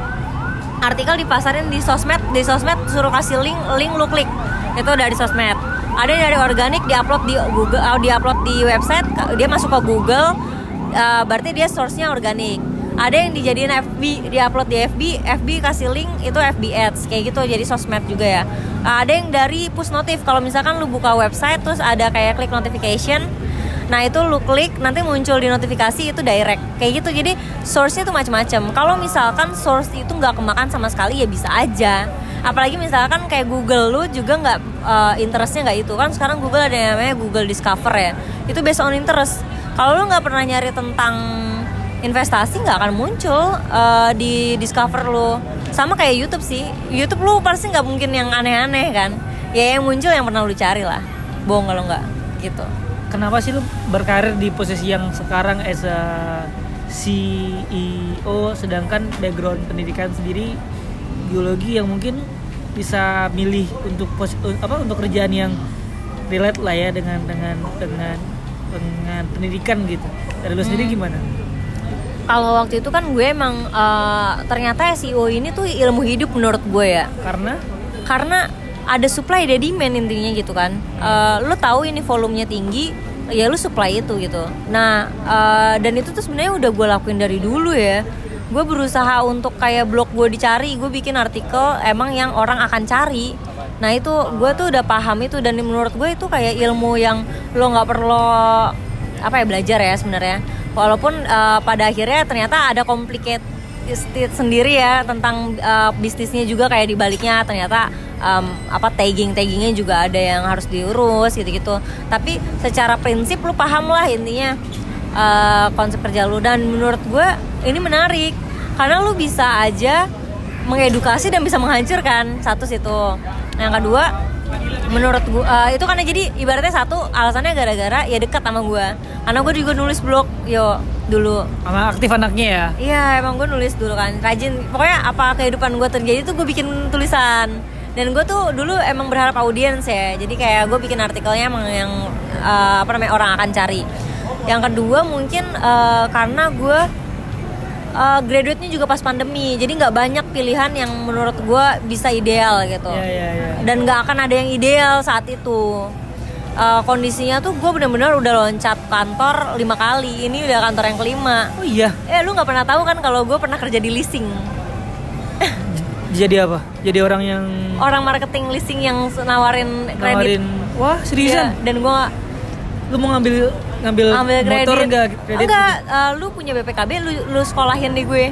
artikel dipasarin di sosmed, di sosmed suruh kasih link, link lu klik, itu dari sosmed. Ada yang dari organik diupload di Google, uh, diupload di website, dia masuk ke Google, uh, berarti dia source-nya organik. Ada yang dijadiin F B, diupload di F B, F B kasih link, itu F B ads, kayak gitu, jadi sosmed juga ya. Uh, ada yang dari push notif, kalau misalkan lu buka website terus ada kayak klik notification, nah itu lu klik nanti muncul di notifikasi, itu direct kayak gitu. Jadi source-nya tuh macam-macam. Kalau misalkan source itu nggak kemakan sama sekali ya bisa aja. Apalagi misalkan kayak Google, lu juga nggak uh, interestnya nggak itu kan. Sekarang Google ada yang namanya Google Discover ya, itu based on interest. Kalau lu nggak pernah nyari tentang investasi, nggak akan muncul uh, di Discover lu. Sama kayak YouTube sih, YouTube lu pasti nggak mungkin yang aneh-aneh kan. Ya yang muncul yang pernah lu cari lah. Bohong kalau nggak gitu. Kenapa sih lu berkarir di posisi yang sekarang as a C E O, sedangkan background pendidikan sendiri biologi, yang mungkin bisa milih untuk pos, apa untuk kerjaan yang relate lah ya dengan dengan dengan dengan pendidikan gitu. Dari lu sendiri Hmm. gimana? Kalau waktu itu kan gue emang uh, ternyata S E O ini tuh ilmu hidup menurut gue ya. Karena Karena ada supply ada demand intinya gitu kan. Uh, lu tahu ini volumenya tinggi, ya lu supply itu gitu. Nah uh, dan itu tuh sebenarnya udah gue lakuin dari dulu ya. Gue berusaha untuk kayak blog gue dicari, gue bikin artikel emang yang orang akan cari. Nah itu gue tuh udah paham itu, dan menurut gue itu kayak ilmu yang lo nggak perlu apa ya belajar ya sebenarnya. Walaupun uh, pada akhirnya ternyata ada complicated sendiri ya tentang uh, bisnisnya juga, kayak di baliknya ternyata um, apa tagging taggingnya juga ada yang harus diurus gitu-gitu. Tapi secara prinsip lo paham lah intinya uh, konsep kerja lo, dan menurut gue ini menarik karena lo bisa aja mengedukasi dan bisa menghancurkan. Satu situ. Yang kedua, menurut gue uh, itu karena jadi ibaratnya satu alasannya gara-gara ya dekat sama gue, karena gue juga nulis blog yo dulu. Sama aktif anaknya ya? Iya emang gue nulis dulu kan, rajin. Pokoknya apa kehidupan gue terjadi tuh gue bikin tulisan. Dan gue tuh dulu emang berharap audiens ya, jadi kayak gue bikin artikelnya emang yang uh, apa namanya orang akan cari. Yang kedua mungkin uh, karena gue Uh, graduate-nya juga pas pandemi, jadi nggak banyak pilihan yang menurut gue bisa ideal gitu. Yeah, yeah, yeah. Dan nggak akan ada yang ideal saat itu. Uh, kondisinya tuh gue benar-benar udah loncat kantor lima kali. Ini udah kantor yang kelima. Oh iya. Eh lu nggak pernah tahu kan kalau gue pernah kerja di leasing. Jadi apa? Jadi orang yang orang marketing leasing yang nawarin kredit. Nawarin. Wah seriusan? Ya, dan gue lu mau ngambil ngambil ambil kredit. Motor enggak kredit? Enggak, uh, lu punya B P K B, lu lu sekolahin di gue.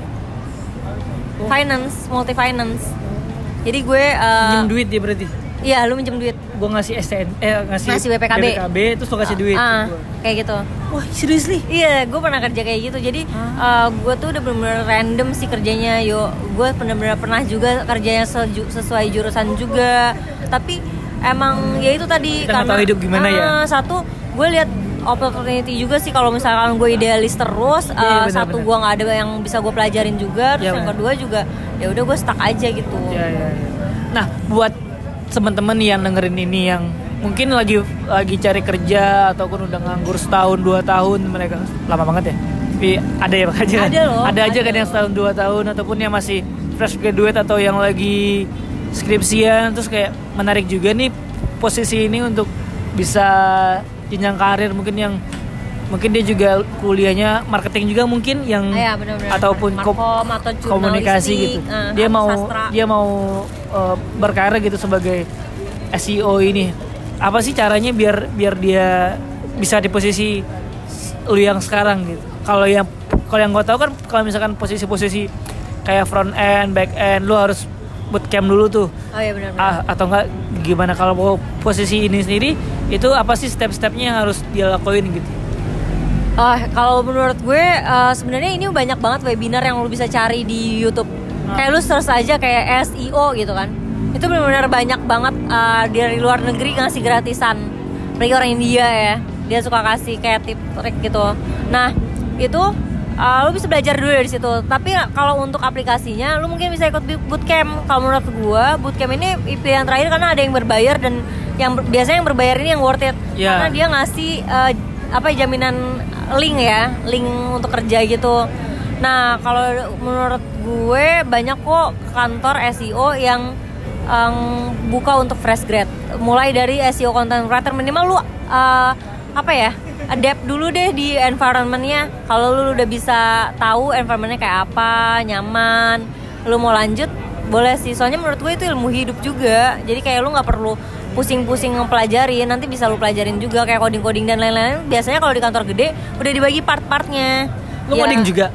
Oh. Finance, multi finance. Jadi gue uh, minjem duit dia berarti. Iya, lu minjem duit. Gue ngasih S T N eh ngasih, ngasih B P K B. B P K B terus lu kasih uh, duit. Uh, kayak gitu. Wah, seriously? Iya, gue pernah kerja kayak gitu. Jadi uh, gue tuh udah bener-bener random sih kerjanya. Yo, gue bener-bener pernah juga kerjanya seju, sesuai jurusan juga. Tapi emang ya itu tadi kita karena tahu hidup gimana uh, ya. Satu, gue lihat opportunity juga sih kalau misalkan gue idealis terus. Ya, uh, bener, satu bener. gue nggak ada yang bisa gue pelajarin juga. Terus ya, yang bener. kedua juga ya udah gue stuck aja gitu. Ya, ya, ya. Nah, buat teman-teman yang dengerin ini yang mungkin lagi lagi cari kerja ataupun udah nganggur setahun dua tahun, mereka lama banget ya. Tapi ada ya aja. Ada loh. Ada aja ada. kan yang setahun dua tahun ataupun yang masih fresh graduate atau yang lagi skripsian, terus kayak menarik juga nih posisi ini untuk bisa jenjang karir, mungkin yang mungkin dia juga kuliahnya marketing juga mungkin yang ya, bener-bener. ataupun Markom, atau komunikasi gitu. Uh, dia mau sastra. dia mau uh, berkarir gitu sebagai S E O ini. Apa sih caranya biar biar dia bisa di posisi lu yang sekarang gitu? Kalau yang kalau yang gue tahu kan kalau misalkan posisi-posisi kayak front end, back end, lu harus bootcamp dulu tuh. Oh iya benar. Ah, atau enggak gimana kalau mau posisi ini sendiri itu apa sih step-stepnya yang harus dia lakuin gitu? Oh, kalau menurut gue uh, sebenarnya ini banyak banget webinar yang lo bisa cari di YouTube. Hmm. Kayak lu search aja kayak S E O gitu kan. Itu benar-benar banyak banget uh, dari luar negeri ngasih gratisan. Apalagi orang India ya. Dia suka kasih kayak tip trik gitu. Nah, itu uh, lu bisa belajar dulu dari situ. Tapi kalau untuk aplikasinya lu mungkin bisa ikut bootcamp. Kalau menurut gue bootcamp ini pilihan terakhir karena ada yang berbayar, dan yang ber- biasanya yang berbayar ini yang worth it. Yeah. Karena dia ngasih uh, apa jaminan link ya, link untuk kerja gitu. Nah, kalau menurut gue banyak kok kantor S E O yang um, buka untuk fresh grad. Mulai dari S E O content creator, minimal lu uh, apa ya? Adapt dulu deh di environment-nya. Kalau lu udah bisa tahu environment-nya kayak apa, nyaman, lu mau lanjut boleh sih. Soalnya menurut gue itu ilmu hidup juga. Jadi kayak lu nggak perlu pusing-pusing ngepelajarin, nanti bisa lu pelajarin juga kayak coding-coding dan lain-lain. Biasanya kalau di kantor gede udah dibagi part-partnya. Lu ya, coding juga?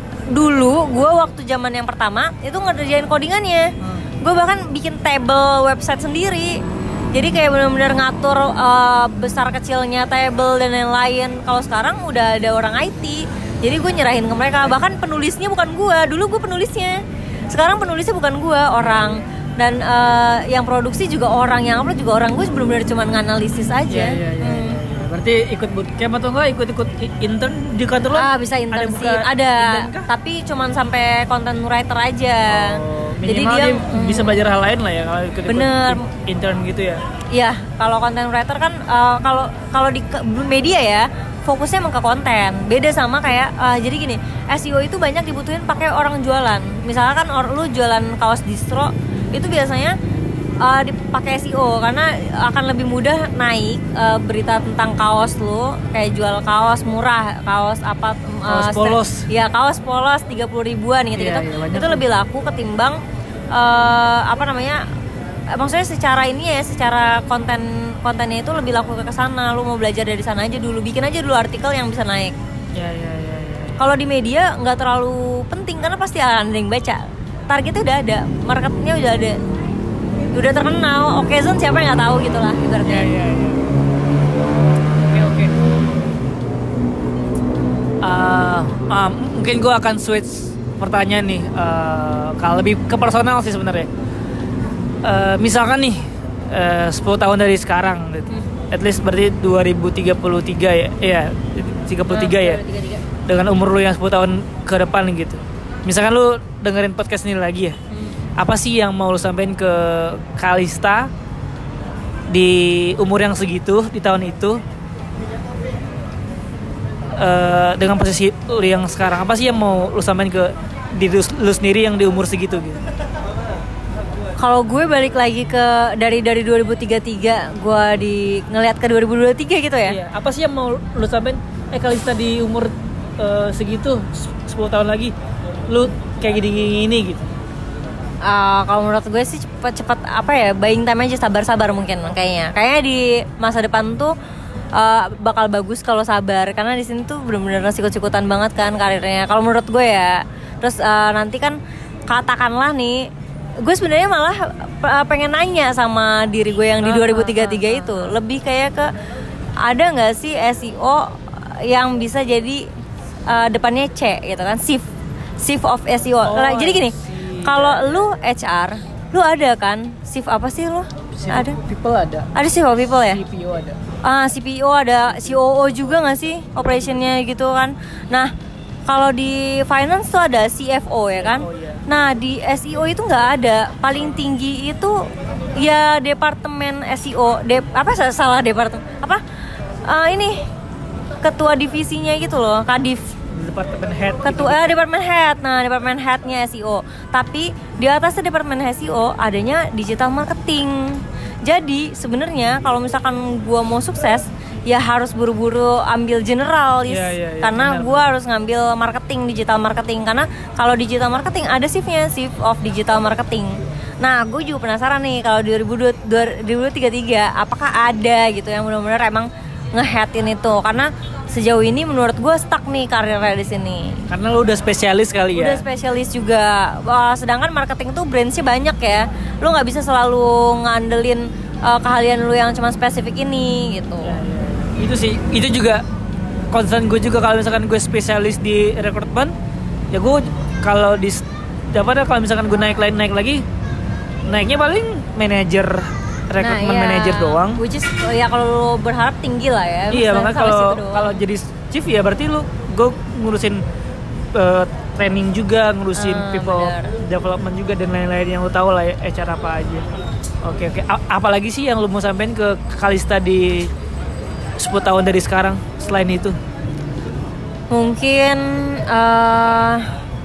Dulu gue waktu zaman yang pertama itu ngerjain codingannya. Hmm. Gue bahkan bikin table website sendiri. Jadi kayak benar-benar ngatur uh, besar kecilnya table dan lain-lain. Kalau sekarang udah ada orang I T, jadi gue nyerahin ke mereka. Bahkan penulisnya bukan gue. Dulu gue penulisnya. Sekarang penulisnya bukan gue, orang. Dan uh, yang produksi juga orang, yang upload juga orang. Gue benar-benar cuma nganalisis aja. Iya, iya, iya. Hmm. Berarti ikut bootcamp atau enggak ikut-ikut intern di kantor lo? Ah, bisa internship. Ada, ada. Tapi cuma sampai content writer aja. Oh, jadi dia, dia hmm, bisa belajar hal lain lah ya kalau ikut-ikut bener. intern gitu ya. Iya, kalau content writer kan uh, kalau kalau di media ya fokusnya emang ke konten. Beda sama kayak uh, jadi gini, S E O itu banyak dibutuhin pakai orang jualan. Misalkan or, lu jualan kaos distro, itu biasanya uh, dipakai S E O karena akan lebih mudah naik uh, berita tentang kaos lu, kayak jual kaos murah, kaos apa kaos uh, polos. Ya, kaos polos tiga puluh ribuan gitu-gitu. Iya, iya, itu lebih laku ketimbang uh, apa namanya? eh, maksudnya secara ini ya, secara konten kontennya itu lebih laku ke sana. Lu mau belajar dari sana aja dulu, bikin aja dulu artikel yang bisa naik. Ya ya ya. ya. Kalau di media nggak terlalu penting karena pasti ada yang baca. Targetnya udah ada, marketnya udah ada, udah terkenal. Oke Zon siapa yang nggak tahu gitulah ibaratnya. Ya ya ya. Oke oke. Uh, uh, mungkin gue akan switch pertanyaan nih, uh, kalau lebih ke personal sih sebenarnya. Uh, misalkan nih uh, sepuluh tahun dari sekarang gitu. Hmm. At least berarti dua ribu tiga puluh tiga ya. Iya, tiga puluh tiga ya. Dengan umur lu yang sepuluh tahun ke depan gitu. Misalkan lu dengerin podcast ini lagi ya. Hmm. Apa sih yang mau lu sampaikan ke Kalista di umur yang segitu, di tahun itu? Uh, dengan posisi lu yang sekarang, apa sih yang mau lu sampaikan ke diri lu sendiri yang di umur segitu gitu? Kalau gue balik lagi ke dari dari dua ribu tiga puluh tiga, gue di ngelihat ke dua ribu dua puluh tiga gitu ya. Iya, apa sih yang mau lu sampaikan eh Kalista di umur uh, segitu sepuluh tahun lagi lu kayak gini-gini gitu? Uh, kalau menurut gue sih cepat-cepat apa ya, buying time aja, sabar-sabar mungkin kayaknya. Kayaknya di masa depan tuh Uh, bakal bagus kalau sabar, karena di sini tuh benar-benar sikut-sikutan banget kan karirnya kalau menurut gue ya. Terus uh, nanti kan katakanlah nih, gue sebenarnya malah uh, pengen nanya sama diri gue yang di dua ribu tiga puluh tiga itu, lebih kayak ke ada nggak sih S E O yang bisa jadi uh, depannya C gitu kan, chief chief of S E O. Oh, nah, jadi gini, kalau lu H R, lu ada kan chief apa sih lu? Chief ada people ada. Ada chief of people ya? C P O ada. Ah, C P O ada, C O O juga nggak sih operationnya gitu kan. Nah, kalau di finance tuh ada C F O ya kan. C F O, ya. Nah, di S E O itu nggak ada. Paling tinggi itu ya departemen S E O. De- apa salah departemen? Apa? Uh, ini ketua divisinya gitu loh, Kadif. Departemen head. Ketua gitu. eh, departemen head. Nah, departemen headnya S E O. Tapi di atasnya departemen S E O adanya digital marketing. Jadi sebenarnya kalau misalkan gue mau sukses, ya harus buru-buru ambil general, yeah, yeah, yeah, karena gue harus ngambil marketing, digital marketing. Karena kalau digital marketing ada shiftnya, shift of digital marketing. Nah, gue juga penasaran nih kalau dua ribu tiga puluh tiga apakah ada gitu yang benar-benar emang ngeheadin itu, karena sejauh ini menurut gue stuck nih karirnya di sini. Karena lu udah spesialis kali ya. Udah spesialis juga. Wah, sedangkan marketing tuh branchnya banyak ya. Lu nggak bisa selalu ngandelin uh, keahlian lu yang cuma spesifik ini gitu. Ya, ya. Itu sih, itu juga concern gue juga kalau misalkan gue spesialis di rekrutmen, ya gue kalau di dapat kalau misalkan gue naik lain naik lagi, naiknya paling manajer. Rekrutmen nah, iya. manager doang. Which is ya kalau lu berharap tinggi lah ya. Iya, makanya kalau kalau jadi chief ya berarti lu gue ngurusin uh, training juga, ngurusin uh, people bener. development juga dan lain-lain yang lu tahu lah ya, H R apa aja. Oke oke. A- apalagi sih yang lu mau sampein ke Kalista di sepuluh tahun dari sekarang selain itu? Mungkin uh,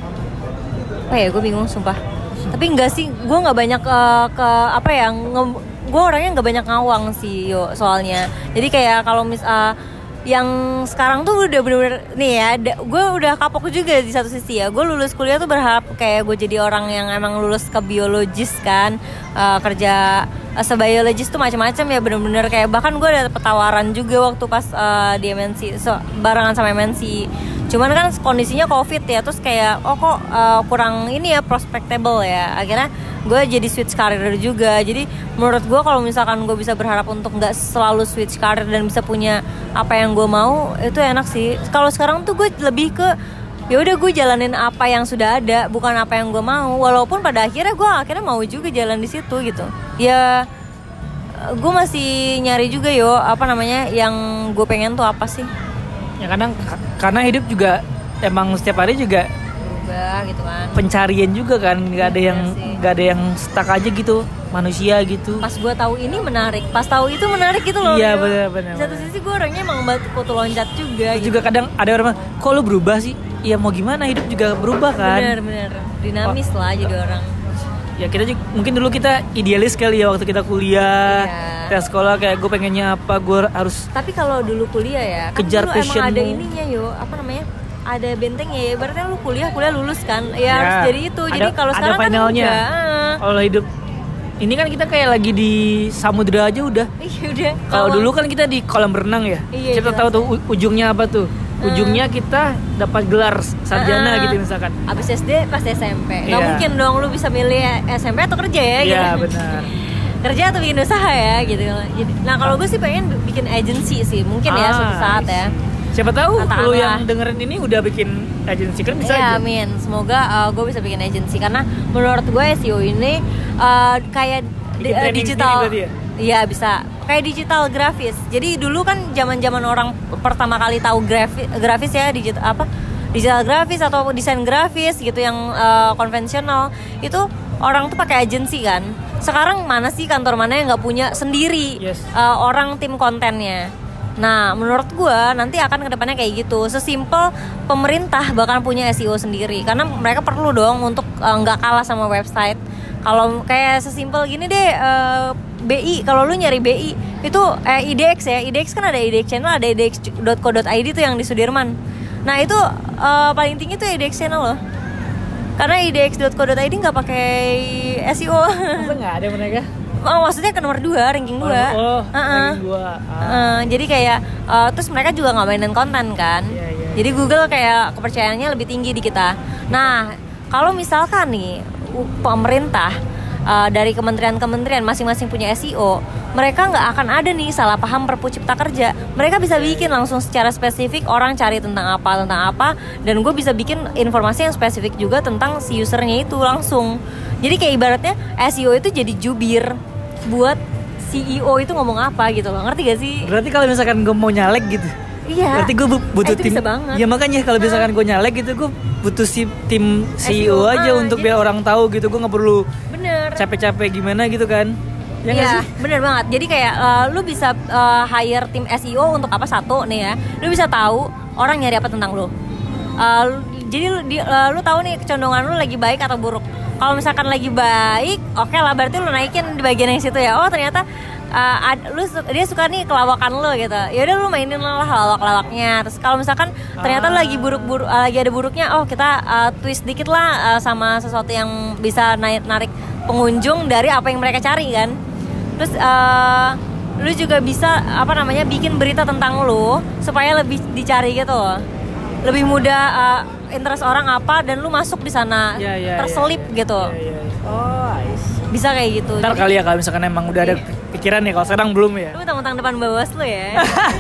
apa ya, gue bingung sumpah. Tapi enggak sih, gue nggak banyak uh, ke apa ya nge- gue orangnya nggak banyak ngawang sih yo soalnya. Jadi kayak kalau mis uh, yang sekarang tuh udah bener-bener nih ya, gue udah kapok juga di satu sisi ya. Gue lulus kuliah tuh berharap kayak gue jadi orang yang emang lulus ke biologis kan, uh, kerja uh, sebiologis tuh macam-macam ya, bener-bener kayak bahkan gue ada tawaran juga waktu pas uh, di M N C so, barengan sama M N C. Cuman kan kondisinya covid ya, terus kayak oh kok uh, kurang ini ya prospectable ya. Akhirnya gue jadi switch karir juga. Jadi menurut gue kalau misalkan gue bisa berharap untuk nggak selalu switch karir dan bisa punya apa yang gue mau, itu enak sih. Kalau sekarang tuh gue lebih ke ya udah gue jalanin apa yang sudah ada, bukan apa yang gue mau. Walaupun pada akhirnya gue akhirnya mau juga jalan di situ gitu. Ya gue masih nyari juga yo apa namanya yang gue pengen tuh apa sih. Ya kadang karena hidup juga emang setiap hari juga berubah gitu kan. Pencarian juga kan, nggak ada yang nggak ada yang stuck aja gitu manusia gitu. Pas gue tahu ini menarik, pas tahu itu menarik gitu loh. Iya benar-benar. Di satu sisi gue orangnya emang batu loncat juga. Gitu. Juga kadang ada orang, kok lu berubah sih? Ya mau gimana, hidup juga berubah kan. Bener-bener dinamis oh. lah jadi orang. Ya kita juga, mungkin dulu kita idealis kali ya waktu kita kuliah, iya. kita sekolah kayak gue pengennya apa, gue harus. Tapi kalau dulu kuliah ya, kan kejar dulu emang ada passionmu. ininya yo, apa namanya? Ada bentengnya ya, berarti lu kuliah kuliah lulus kan, ya, ya harus jadi itu. Jadi kalau sekarang finalnya. kan enggak. Kalau hidup ini kan kita kayak lagi di samudra aja udah. Iya udah. Kalau dulu kan kita di kolam renang ya. Iya, kita jelas. tahu tuh u- ujungnya apa tuh. Ujungnya kita dapat gelar sarjana Uh-uh. gitu misalkan. Abis S D pas S M P. Gak Iya. mungkin dong lu bisa milih S M P atau kerja ya Iya gitu. benar. Kerja atau bikin usaha ya gitu. Jadi, nah kalau gue sih pengen bikin agency sih, mungkin ya Ah, suatu saat ya. Siapa tahu Katakanlah. lu yang dengerin ini udah bikin agensi kan bisa Iya, aja. amin. Semoga uh, gue bisa bikin agency karena menurut gue S E O ini uh, kayak di- Bikin uh, branding digital. sendiri berarti ya? Iya bisa. Kayak digital grafis. Jadi dulu kan zaman-zaman orang pertama kali tahu grafis, grafis ya digital apa? Digital grafis atau desain grafis gitu yang uh, konvensional itu orang tuh pakai agency kan. Sekarang mana sih kantor mana yang nggak punya sendiri Yes. uh, orang tim kontennya. Nah, menurut gue nanti akan kedepannya kayak gitu. Sesimpel pemerintah bahkan punya S E O sendiri, karena mereka perlu dong untuk uh, nggak kalah sama website. Kalau kayak sesimpel gini deh, uh, B I, kalau lu nyari B I itu eh, I D X ya, I D X kan ada I D X channel, ada I D X dot co dot I D tuh yang di Sudirman. Nah itu uh, paling tinggi tuh I D X channel loh. Karena I D X dot co dot I D nggak pakai S E O. Masa nggak ada mereka? Oh, maksudnya ke nomor dua, ranking dua. Oh, oh Uh-uh. ranking dua. Ah. Uh, jadi kayak uh, terus mereka juga nggak mainin konten kan. Iya, iya. Jadi Google kayak kepercayaannya lebih tinggi di kita. Nah, kalau misalkan nih u- pemerintah uh, dari kementerian-kementerian masing-masing punya S E O, mereka nggak akan ada nih salah paham Perpu Cipta Kerja. Mereka bisa bikin langsung secara spesifik orang cari tentang apa tentang apa, dan gue bisa bikin informasi yang spesifik juga tentang si usernya itu langsung. Jadi kayak ibaratnya S E O itu jadi jubir buat C E O itu ngomong apa gitu loh, ngerti gak sih? Berarti kalau misalkan gue mau nyalek gitu, Iya. berarti gue bu- butuh Eh, itu tim. bisa banget. Ya makanya kalau misalkan gue nyalek gitu, gue butuh si tim C E O S E O, aja ah, untuk jadi- biar orang tahu gitu. Gue nggak perlu Bener. capek-capek gimana gitu kan? Ya nggak Iya, sih? bener banget. Jadi kayak uh, lu bisa uh, hire tim S E O untuk apa satu nih ya. Lu bisa tahu orang nyari apa tentang lu. Uh, lu- jadi lu, di, uh, lu tahu nih kecondongan lu lagi baik atau buruk. Kalau misalkan lagi baik, oke lah, berarti lu naikin di bagian yang situ ya. Oh ternyata uh, ad, lu su- dia suka nih kelawakan lu gitu. Ya udah lu mainin lah lawak-lawaknya. Terus kalau misalkan ternyata Ah. lagi buruk-buruk, uh, lagi ada buruknya, oh kita uh, twist dikit lah uh, sama sesuatu yang bisa naik narik pengunjung dari apa yang mereka cari kan. Terus uh, lu juga bisa apa namanya bikin berita tentang lu supaya lebih dicari gitu loh. Lebih mudah uh, interest orang apa dan lu masuk di sana Ya, ya, terselip ya, gitu. Ya, ya. Oh, I see. Bisa kayak gitu. Ntar Jadi, kali ya kalau misalkan emang udah ada pikiran ya, kalau sekarang belum ya. lu mentang-mentang depan Bawaslu ya.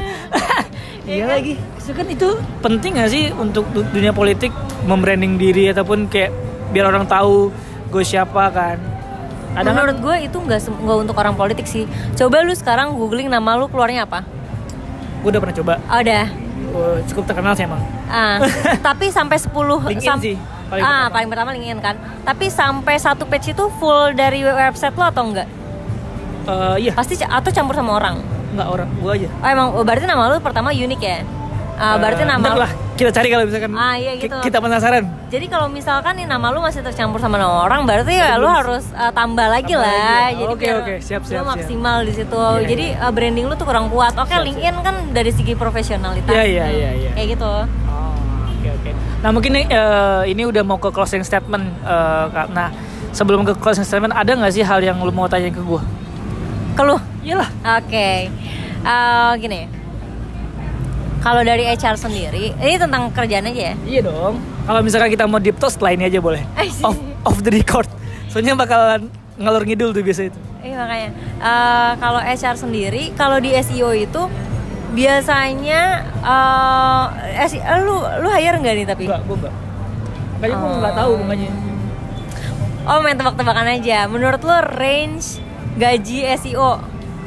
Iya lagi. Itu kan itu penting gak sih untuk du- dunia politik membranding diri ataupun kayak biar orang tahu gue siapa kan? Ada kan? Menurut gue itu nggak sem- nggak untuk orang politik sih. Coba lu sekarang googling nama lu keluarnya apa? Gue udah pernah coba. Oh, udah. Oh, cukup terkenal sih emang. Ah, tapi sampai sepuluh LinkedIn sih, paling ah, pertama. paling pertama LinkedIn kan. Tapi sampai satu page itu full dari website lo atau enggak? Eh, iya, Pasti ca- atau campur sama orang. nggak orang gue aja. Oh emang oh, berarti nama lu pertama unik ya? Ah, berarti Eh, nama ntar lu- lah kita cari kalau misalkan Ah, iya ki- gitu. kita penasaran. Jadi kalau misalkan nih nama lu masih tercampur sama nama orang, berarti ya lu Belum. harus uh, tambah lagi Tambah lah. lagi ya. Jadi Oke, biar oke. Siap, lu siap, siap. maksimal di situ. Iya, Jadi uh, branding lu tuh kurang kuat. Oke, Siap, LinkedIn kan dari segi profesionalitas. Iya, iya, Hmm, iya, iya. Kayak gitu. Oh, oke oke. Nah mungkin nih, eh, ini udah mau ke closing statement, eh, Kak. Nah sebelum ke closing statement, ada nggak sih hal yang lu mau tanya ke gue? Keluh. Iyalah. Oke, Uh, gini. Kalau dari H R sendiri, ini tentang kerjaan aja ya. Iya dong. Kalau misalkan kita mau deep talk setelah ini aja boleh. I see. Off off the record. Soalnya bakalan ngalor ngidul tuh biasa itu. Iya makanya. Uh, kalau H R sendiri, kalau di S E O itu biasanya uh, S E O, lu lu hire nggak nih tapi? Enggak, gue enggak. Makanya gue Oh. nggak tahu makanya. Oh main tebak-tebakan aja. Menurut lu range gaji S E O?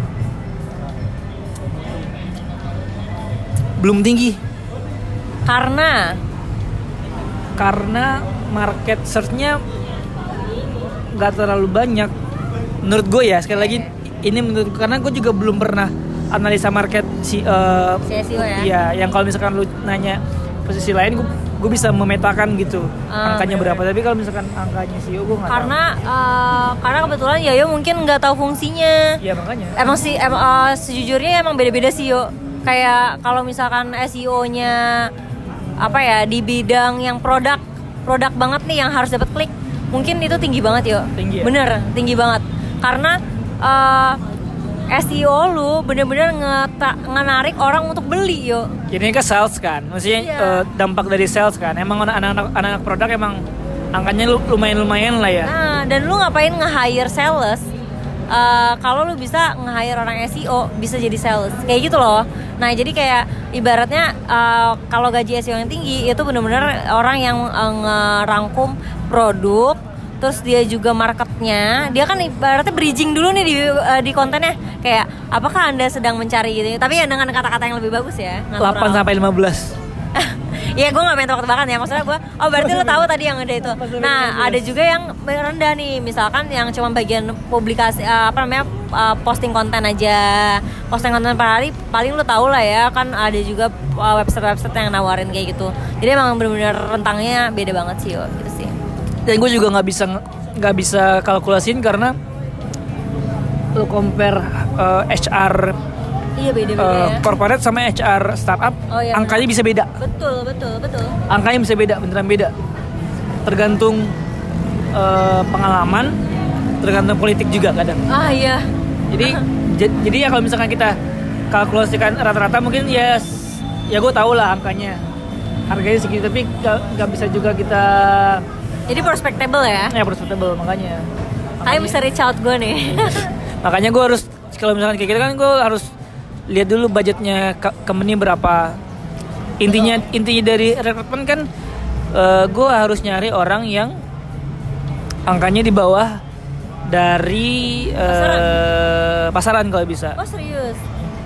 Belum tinggi. Karena Karena market search-nya nggak terlalu banyak. Menurut gue ya, sekali lagi ini menurut karena gue juga belum pernah analisa market si eh, si S E O ya. Iya, yang kalau misalkan lu nanya posisi lain, gue gue bisa memetakan gitu Ah, angkanya bener. berapa. Tapi kalau misalkan angkanya C E O gue nggak Karena uh, karena kebetulan Yayo mungkin nggak tahu fungsinya. tahu. Iya makanya. Emang sih em, uh, sejujurnya emang beda-beda sih yo. Kayak kalau misalkan S E O-nya apa ya di bidang yang produk produk banget nih yang harus dapat klik, mungkin itu tinggi banget yo. Tinggi ya? Bener, tinggi banget. karena uh, S E O lu bener-bener ngeta- ngenarik orang untuk beli yo. Ini kan sales kan, maksudnya Iya. uh, dampak dari sales kan. Emang anak-anak anak-anak produk emang angkanya lu- lumayan-lumayan lah ya. Nah, dan lu ngapain nge-hire sales? Uh, kalau lu bisa nge-hire orang S E O, bisa jadi sales. Kayak gitu loh. Nah, jadi kayak ibaratnya uh, kalau gaji S E O yang tinggi itu benar-benar orang yang uh, ngerangkum produk, terus dia juga marketnya. Dia kan ibaratnya bridging dulu nih di uh, di kontennya. Kayak apakah Anda sedang mencari gitu. Tapi ya dengan kata-kata yang lebih bagus ya. delapan sampai lima belas. Ya gue gak main tebak-tebakan ya, maksudnya gue oh berarti lo tahu tadi yang ada itu. Nah ada juga yang rendah nih, misalkan yang cuma bagian publikasi uh, apa namanya uh, posting konten aja, posting konten per hari paling lo tahu lah ya kan. Ada juga uh, website-website yang nawarin kayak gitu. Jadi emang benar-benar rentangnya beda banget sih yo, gitu sih. Dan gue juga nggak bisa nggak bisa kalkulasiin karena lo compare uh, H R Iya beda-beda uh, ya. corporate sama H R startup, Oh, iya, angkanya bisa beda. Betul betul betul. Angkanya bisa beda, beneran beda. Tergantung uh, pengalaman, tergantung politik juga kadang. Ah iya. Jadi j- jadi ya kalau misalkan kita kalkulasikan rata-rata mungkin ya s- ya gue tau lah angkanya harganya segitu, tapi nggak bisa juga kita Jadi prospectable ya. ya persuadable makanya. Kalian bisa reach out gue nih. Makanya gue harus kalau misalkan kayak gitu kan gue harus lihat dulu budgetnya ka- company berapa. Intinya intinya dari rekrutmen kan uh, gue harus nyari orang yang angkanya di bawah dari uh, pasaran kalau bisa. Oh serius?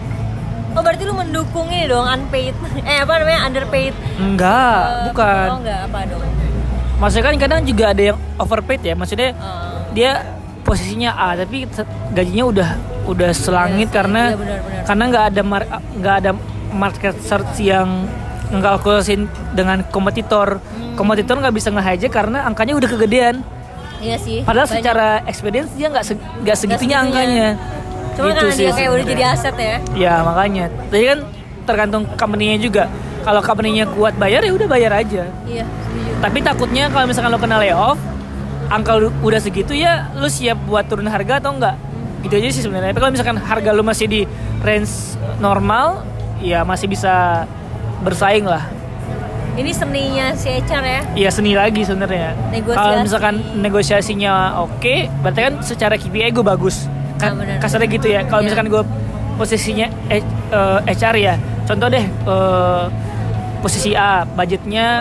Oh berarti lu mendukung ini dong unpaid. Eh apa namanya underpaid? Enggak, Eh, bukan. Oh enggak apa dong? Maksudnya kan kadang juga ada yang overpaid ya. Maksudnya Oh. dia posisinya A tapi gajinya udah udah selangit Iya sih, karena iya benar-benar. karena nggak ada mar- nggak ada market search yang ngekalkulasin dengan kompetitor. Hmm. Kompetitor nggak bisa nge-hijack karena angkanya udah kegedean. Iya sih. Padahal banyak. secara experience dia nggak se- nggak segitunya segitunya. angkanya. Cuma Gitu karena sih dia kayak udah sebenarnya. jadi aset ya. Ya makanya. Jadi kan tergantung company-nya juga. Kalau company-nya kuat bayar ya udah bayar aja. Iya, setuju. Tapi takutnya kalau misalkan lo kena layoff, angka lu udah segitu ya lu siap buat turun harga atau enggak? Gitu aja sih sebenarnya. Tapi kalau misalkan harga lu masih di range normal, ya masih bisa bersaing lah. Ini seninya si H R ya. Iya seni lagi sebenarnya. Negosiasi. Kalau misalkan negosiasinya oke, berarti kan secara K P I gue bagus. Ah, Kan benar. kasarnya gitu ya. Kalau Iya. misalkan gue posisinya eh, eh, H R ya, contoh deh eh, posisi A, budgetnya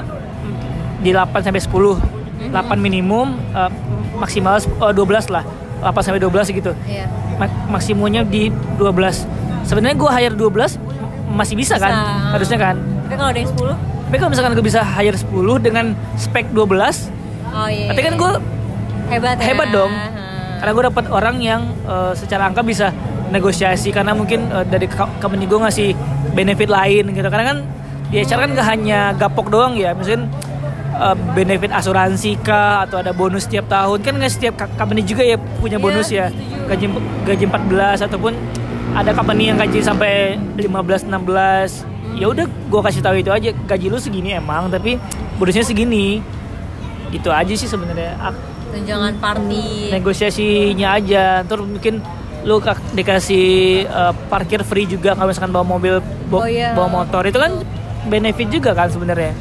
di delapan sampai sepuluh. delapan minimum, eh, maksimal eh, dua belas lah. delapan sampai dua belas gitu. Iya. Mak- maksimumnya di dua belas. Sebenarnya gue hire dua belas masih bisa, kan? Bisa. Harusnya kan. Tapi kalau ada yang sepuluh? Tapi kalau misalkan gue bisa hire sepuluh dengan spek dua belas, Oh iya. berarti kan gue hebat ya. hebat dong. Hmm. Karena gue dapat orang yang uh, secara angka bisa negosiasi, karena mungkin uh, dari co- company gue ngasih benefit lain gitu. Karena kan di H R kan gak hanya gapok doang ya, misalkan uh, benefit asuransi kah atau ada bonus setiap tahun. Kan nggak setiap ka- company juga ya punya Iya, bonus ya. setuju. Gaji gaji empat belas ataupun ada company yang gaji sampai lima belas enam belas. Ya udah gue kasih tahu itu aja, gaji lu segini emang tapi bonusnya segini. Gitu aja sih sebenarnya. Ak- Tunjangan party. negosiasinya aja. Terus mungkin lu kak- dikasih uh, parkir free juga kalau misalkan bawa mobil bo- Oh, iya. bawa motor, itu kan benefit juga kan sebenarnya.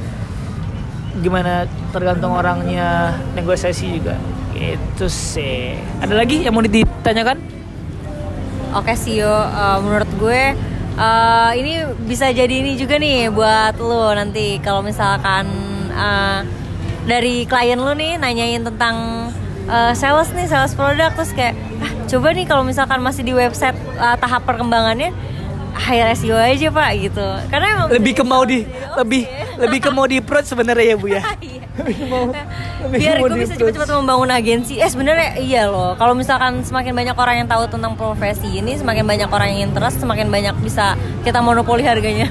Gimana tergantung orangnya, negosiasi juga gitu sih. Ada lagi yang mau ditanyakan? Oke sih yo, uh, menurut gue uh, ini bisa jadi ini juga nih buat lo nanti kalau misalkan uh, dari klien lo nih nanyain tentang uh, sales nih, sales produk, terus kayak ah, coba nih kalau misalkan masih di website uh, tahap perkembangannya hire S E O aja pak gitu. Karena emang Lebih ke mau di Oke. lebih lebih ke mau di approach sebenarnya ya Bu ya. Iya. Lebih mau lebih Biar mau gue di bisa approach. cepat-cepat membangun agensi. Eh sebenarnya iya loh. Kalau misalkan semakin banyak orang yang tahu tentang profesi ini, semakin banyak orang yang interest, semakin banyak bisa kita monopoli harganya.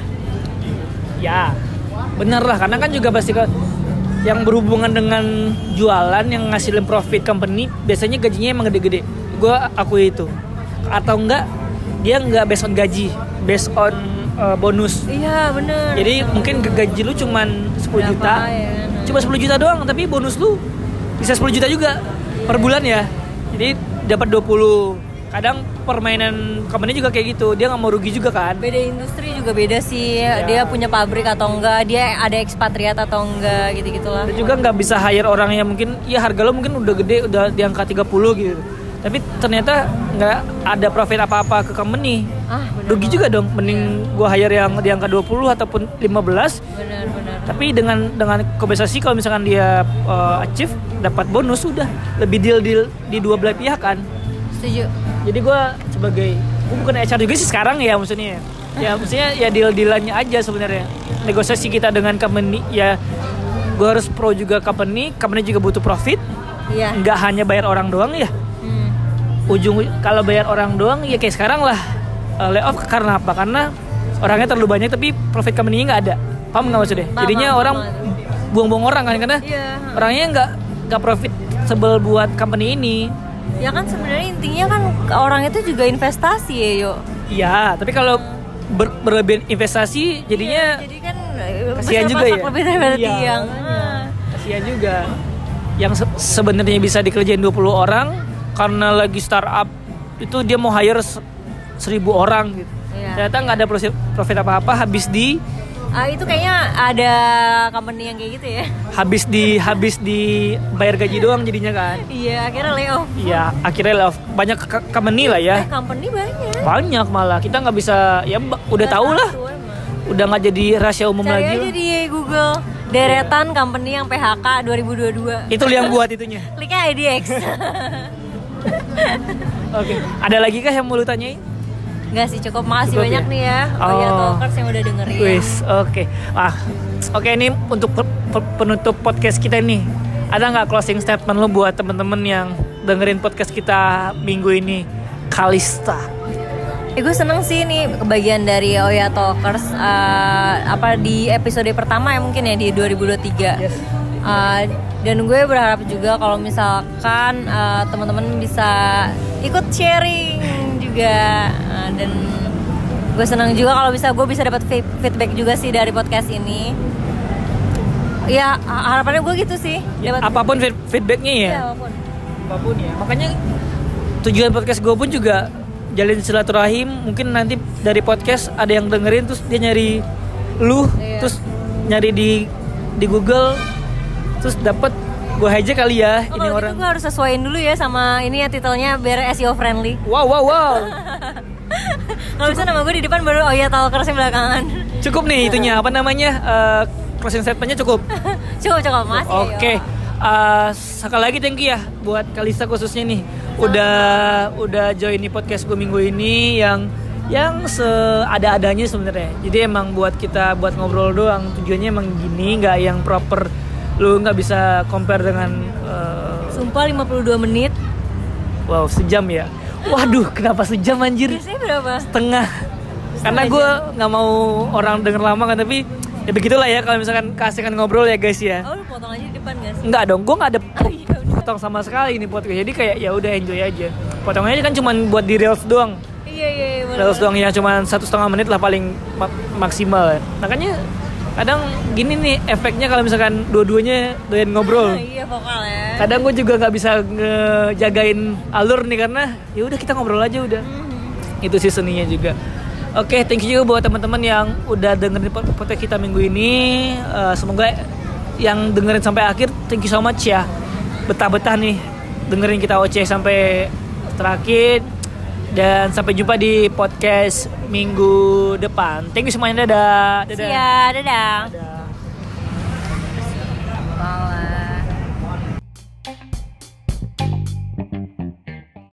Ya, bener lah, karena kan juga pasti ke yang berhubungan dengan jualan yang ngasilin profit company biasanya gajinya emang gede-gede. Gue akui itu. Atau enggak dia enggak based on gaji, based on uh, bonus. Iya bener. Jadi mungkin ke gaji lu cuman sepuluh Berapa juta. ya? Cuma sepuluh juta doang, tapi bonus lu bisa sepuluh juta juga per bulan ya. Jadi dapat dua puluh. Kadang permainan company juga kayak gitu, dia nggak mau rugi juga kan. Beda industri juga beda sih, ya. Dia punya pabrik atau enggak, dia ada ekspatriat atau enggak, gitu-gitulah. Dan juga nggak bisa hire orang yang mungkin ya harga lo mungkin udah gede, udah di angka tiga puluh gitu, tapi ternyata nggak ada profit apa-apa ke company. Ah, rugi juga dong, mending gua hire yang di angka dua puluh ataupun lima belas. Benar, benar. Tapi dengan dengan kompensasi kalau misalkan dia uh, achieve dapat bonus, sudah lebih deal deal di dua belah pihak kan. Setuju. Jadi gue sebagai, gue bukan H R juga sih sekarang ya maksudnya. Ya maksudnya ya deal-dealannya aja sebenarnya. Negosiasi kita dengan company ya, gue harus pro juga company, company juga butuh profit. Iya. Nggak hanya bayar orang doang ya. Hmm. Ujung kalau bayar orang doang ya kayak sekarang lah, uh, layoff karena apa? Karena orangnya terlalu banyak tapi profit company-nya nggak ada. Paham nggak maksudnya? Paham, Jadinya paham, orang paham. buang-buang orang kan karena Iya. orangnya nggak nggak profitable buat company ini. Ya kan sebenarnya intinya kan orang itu juga investasi ya, Yo. Iya, tapi kalau ber, berlebihan investasi jadinya Iya, jadi kan kasihan juga ya. Lebih dari Iya, tiang. makanya. Kasihan juga. Yang se- sebenarnya bisa dikerjain dua puluh orang karena lagi startup itu dia mau hire se- seribu orang gitu. Iya. Ternyata nggak ada profit, profit apa-apa, habis di Ah, itu kayaknya ada company yang kayak gitu ya. habis di habis di bayar gaji doang jadinya kan. Iya, akhirnya layoff. Iya, akhirnya layoff. Banyak ke- company lah ya. Eh, company banyak. Banyak malah. Kita nggak bisa ya ba- udah tahu lah. Satu emang. Udah nggak jadi rahasia umum Cari lagi aja lah. di Google deretan company yang P H K dua ribu dua puluh dua. Itu yang buat itunya. Kliknya I D X. Oke, ada lagi kah yang mau lu tanyain? Enggak sih, cukup. Makasih Cukup banyak ya? nih ya. Oh, ya Oh. Talkers yang udah dengerin. Wis, oke. Ah, oke ini untuk pe- pe- penutup podcast kita nih. Ada nggak closing statement lu buat temen-temen yang dengerin podcast kita minggu ini? Kalista. Eh, gue seneng sih nih kebagian dari Oya Talkers uh, apa di episode pertama ya mungkin ya di dua ribu dua puluh tiga. Yes. Uh, dan gue berharap juga kalau misalkan uh, teman-teman bisa ikut sharing juga, uh, dan gue senang juga kalau bisa gue bisa dapat feedback juga sih dari podcast ini. Ya harapannya gue gitu sih. Ya, dapat apapun feed- feedbacknya ya. ya, apapun. Apapun ya. Makanya tujuan podcast gue pun juga jalin silaturahim. Mungkin nanti dari podcast ada yang dengerin terus dia nyari lu, Iya. terus nyari di di Google, terus dapat gue aja kali ya Oh, ini kalau orang. gitu gue harus sesuaiin dulu ya sama ini ya titelnya biar S E O friendly. Wow wow wow. Kalau bisa nama gue di depan baru Oya Talkers yang belakangan. Cukup nih itunya apa namanya uh, closing statementnya cukup. Cukup cukup masih. Oke. Uh, sekali lagi thank you ya buat Kalista khususnya nih udah udah join di podcast gue minggu ini yang yang seada-adanya sebenarnya. Jadi emang buat kita buat ngobrol doang. Tujuannya emang gini, nggak yang proper. Lu nggak bisa compare dengan uh, Sumpah lima puluh dua menit. wow sejam ya. Waduh kenapa sejam anjir? Biasanya berapa? Setengah. Karena gue nggak mau orang denger lama kan, tapi ya begitulah ya kalau misalkan keasikan ngobrol ya guys ya. Oh, lu potong aja di depan gak sih? Enggak dong, gue nggak ada Oh, iya, udah. potong sama sekali ini podcast. Jadi kayak ya udah enjoy aja. Potongnya kan cuma buat di reels doang. Iya iya iya. boleh, Reels boleh. doang ya cuma satu setengah menit lah paling mak- maksimal. Makanya kadang gini nih efeknya kalau misalkan dua-duanya doyan ngobrol. Iya vokal ya. Kadang gue juga nggak bisa ngejagain alur nih karena ya udah kita ngobrol aja udah. Mhm. Itu sih seninya juga. Oke, thank you buat teman-teman yang udah dengerin podcast kita minggu ini. Uh, semoga yang dengerin sampai akhir, thank you so much ya. Betah-betah nih dengerin kita oceh sampai terakhir. Dan sampai jumpa di podcast minggu depan. Thank you semuanya, dadah. Dadah. Iya, dadah. Dadah.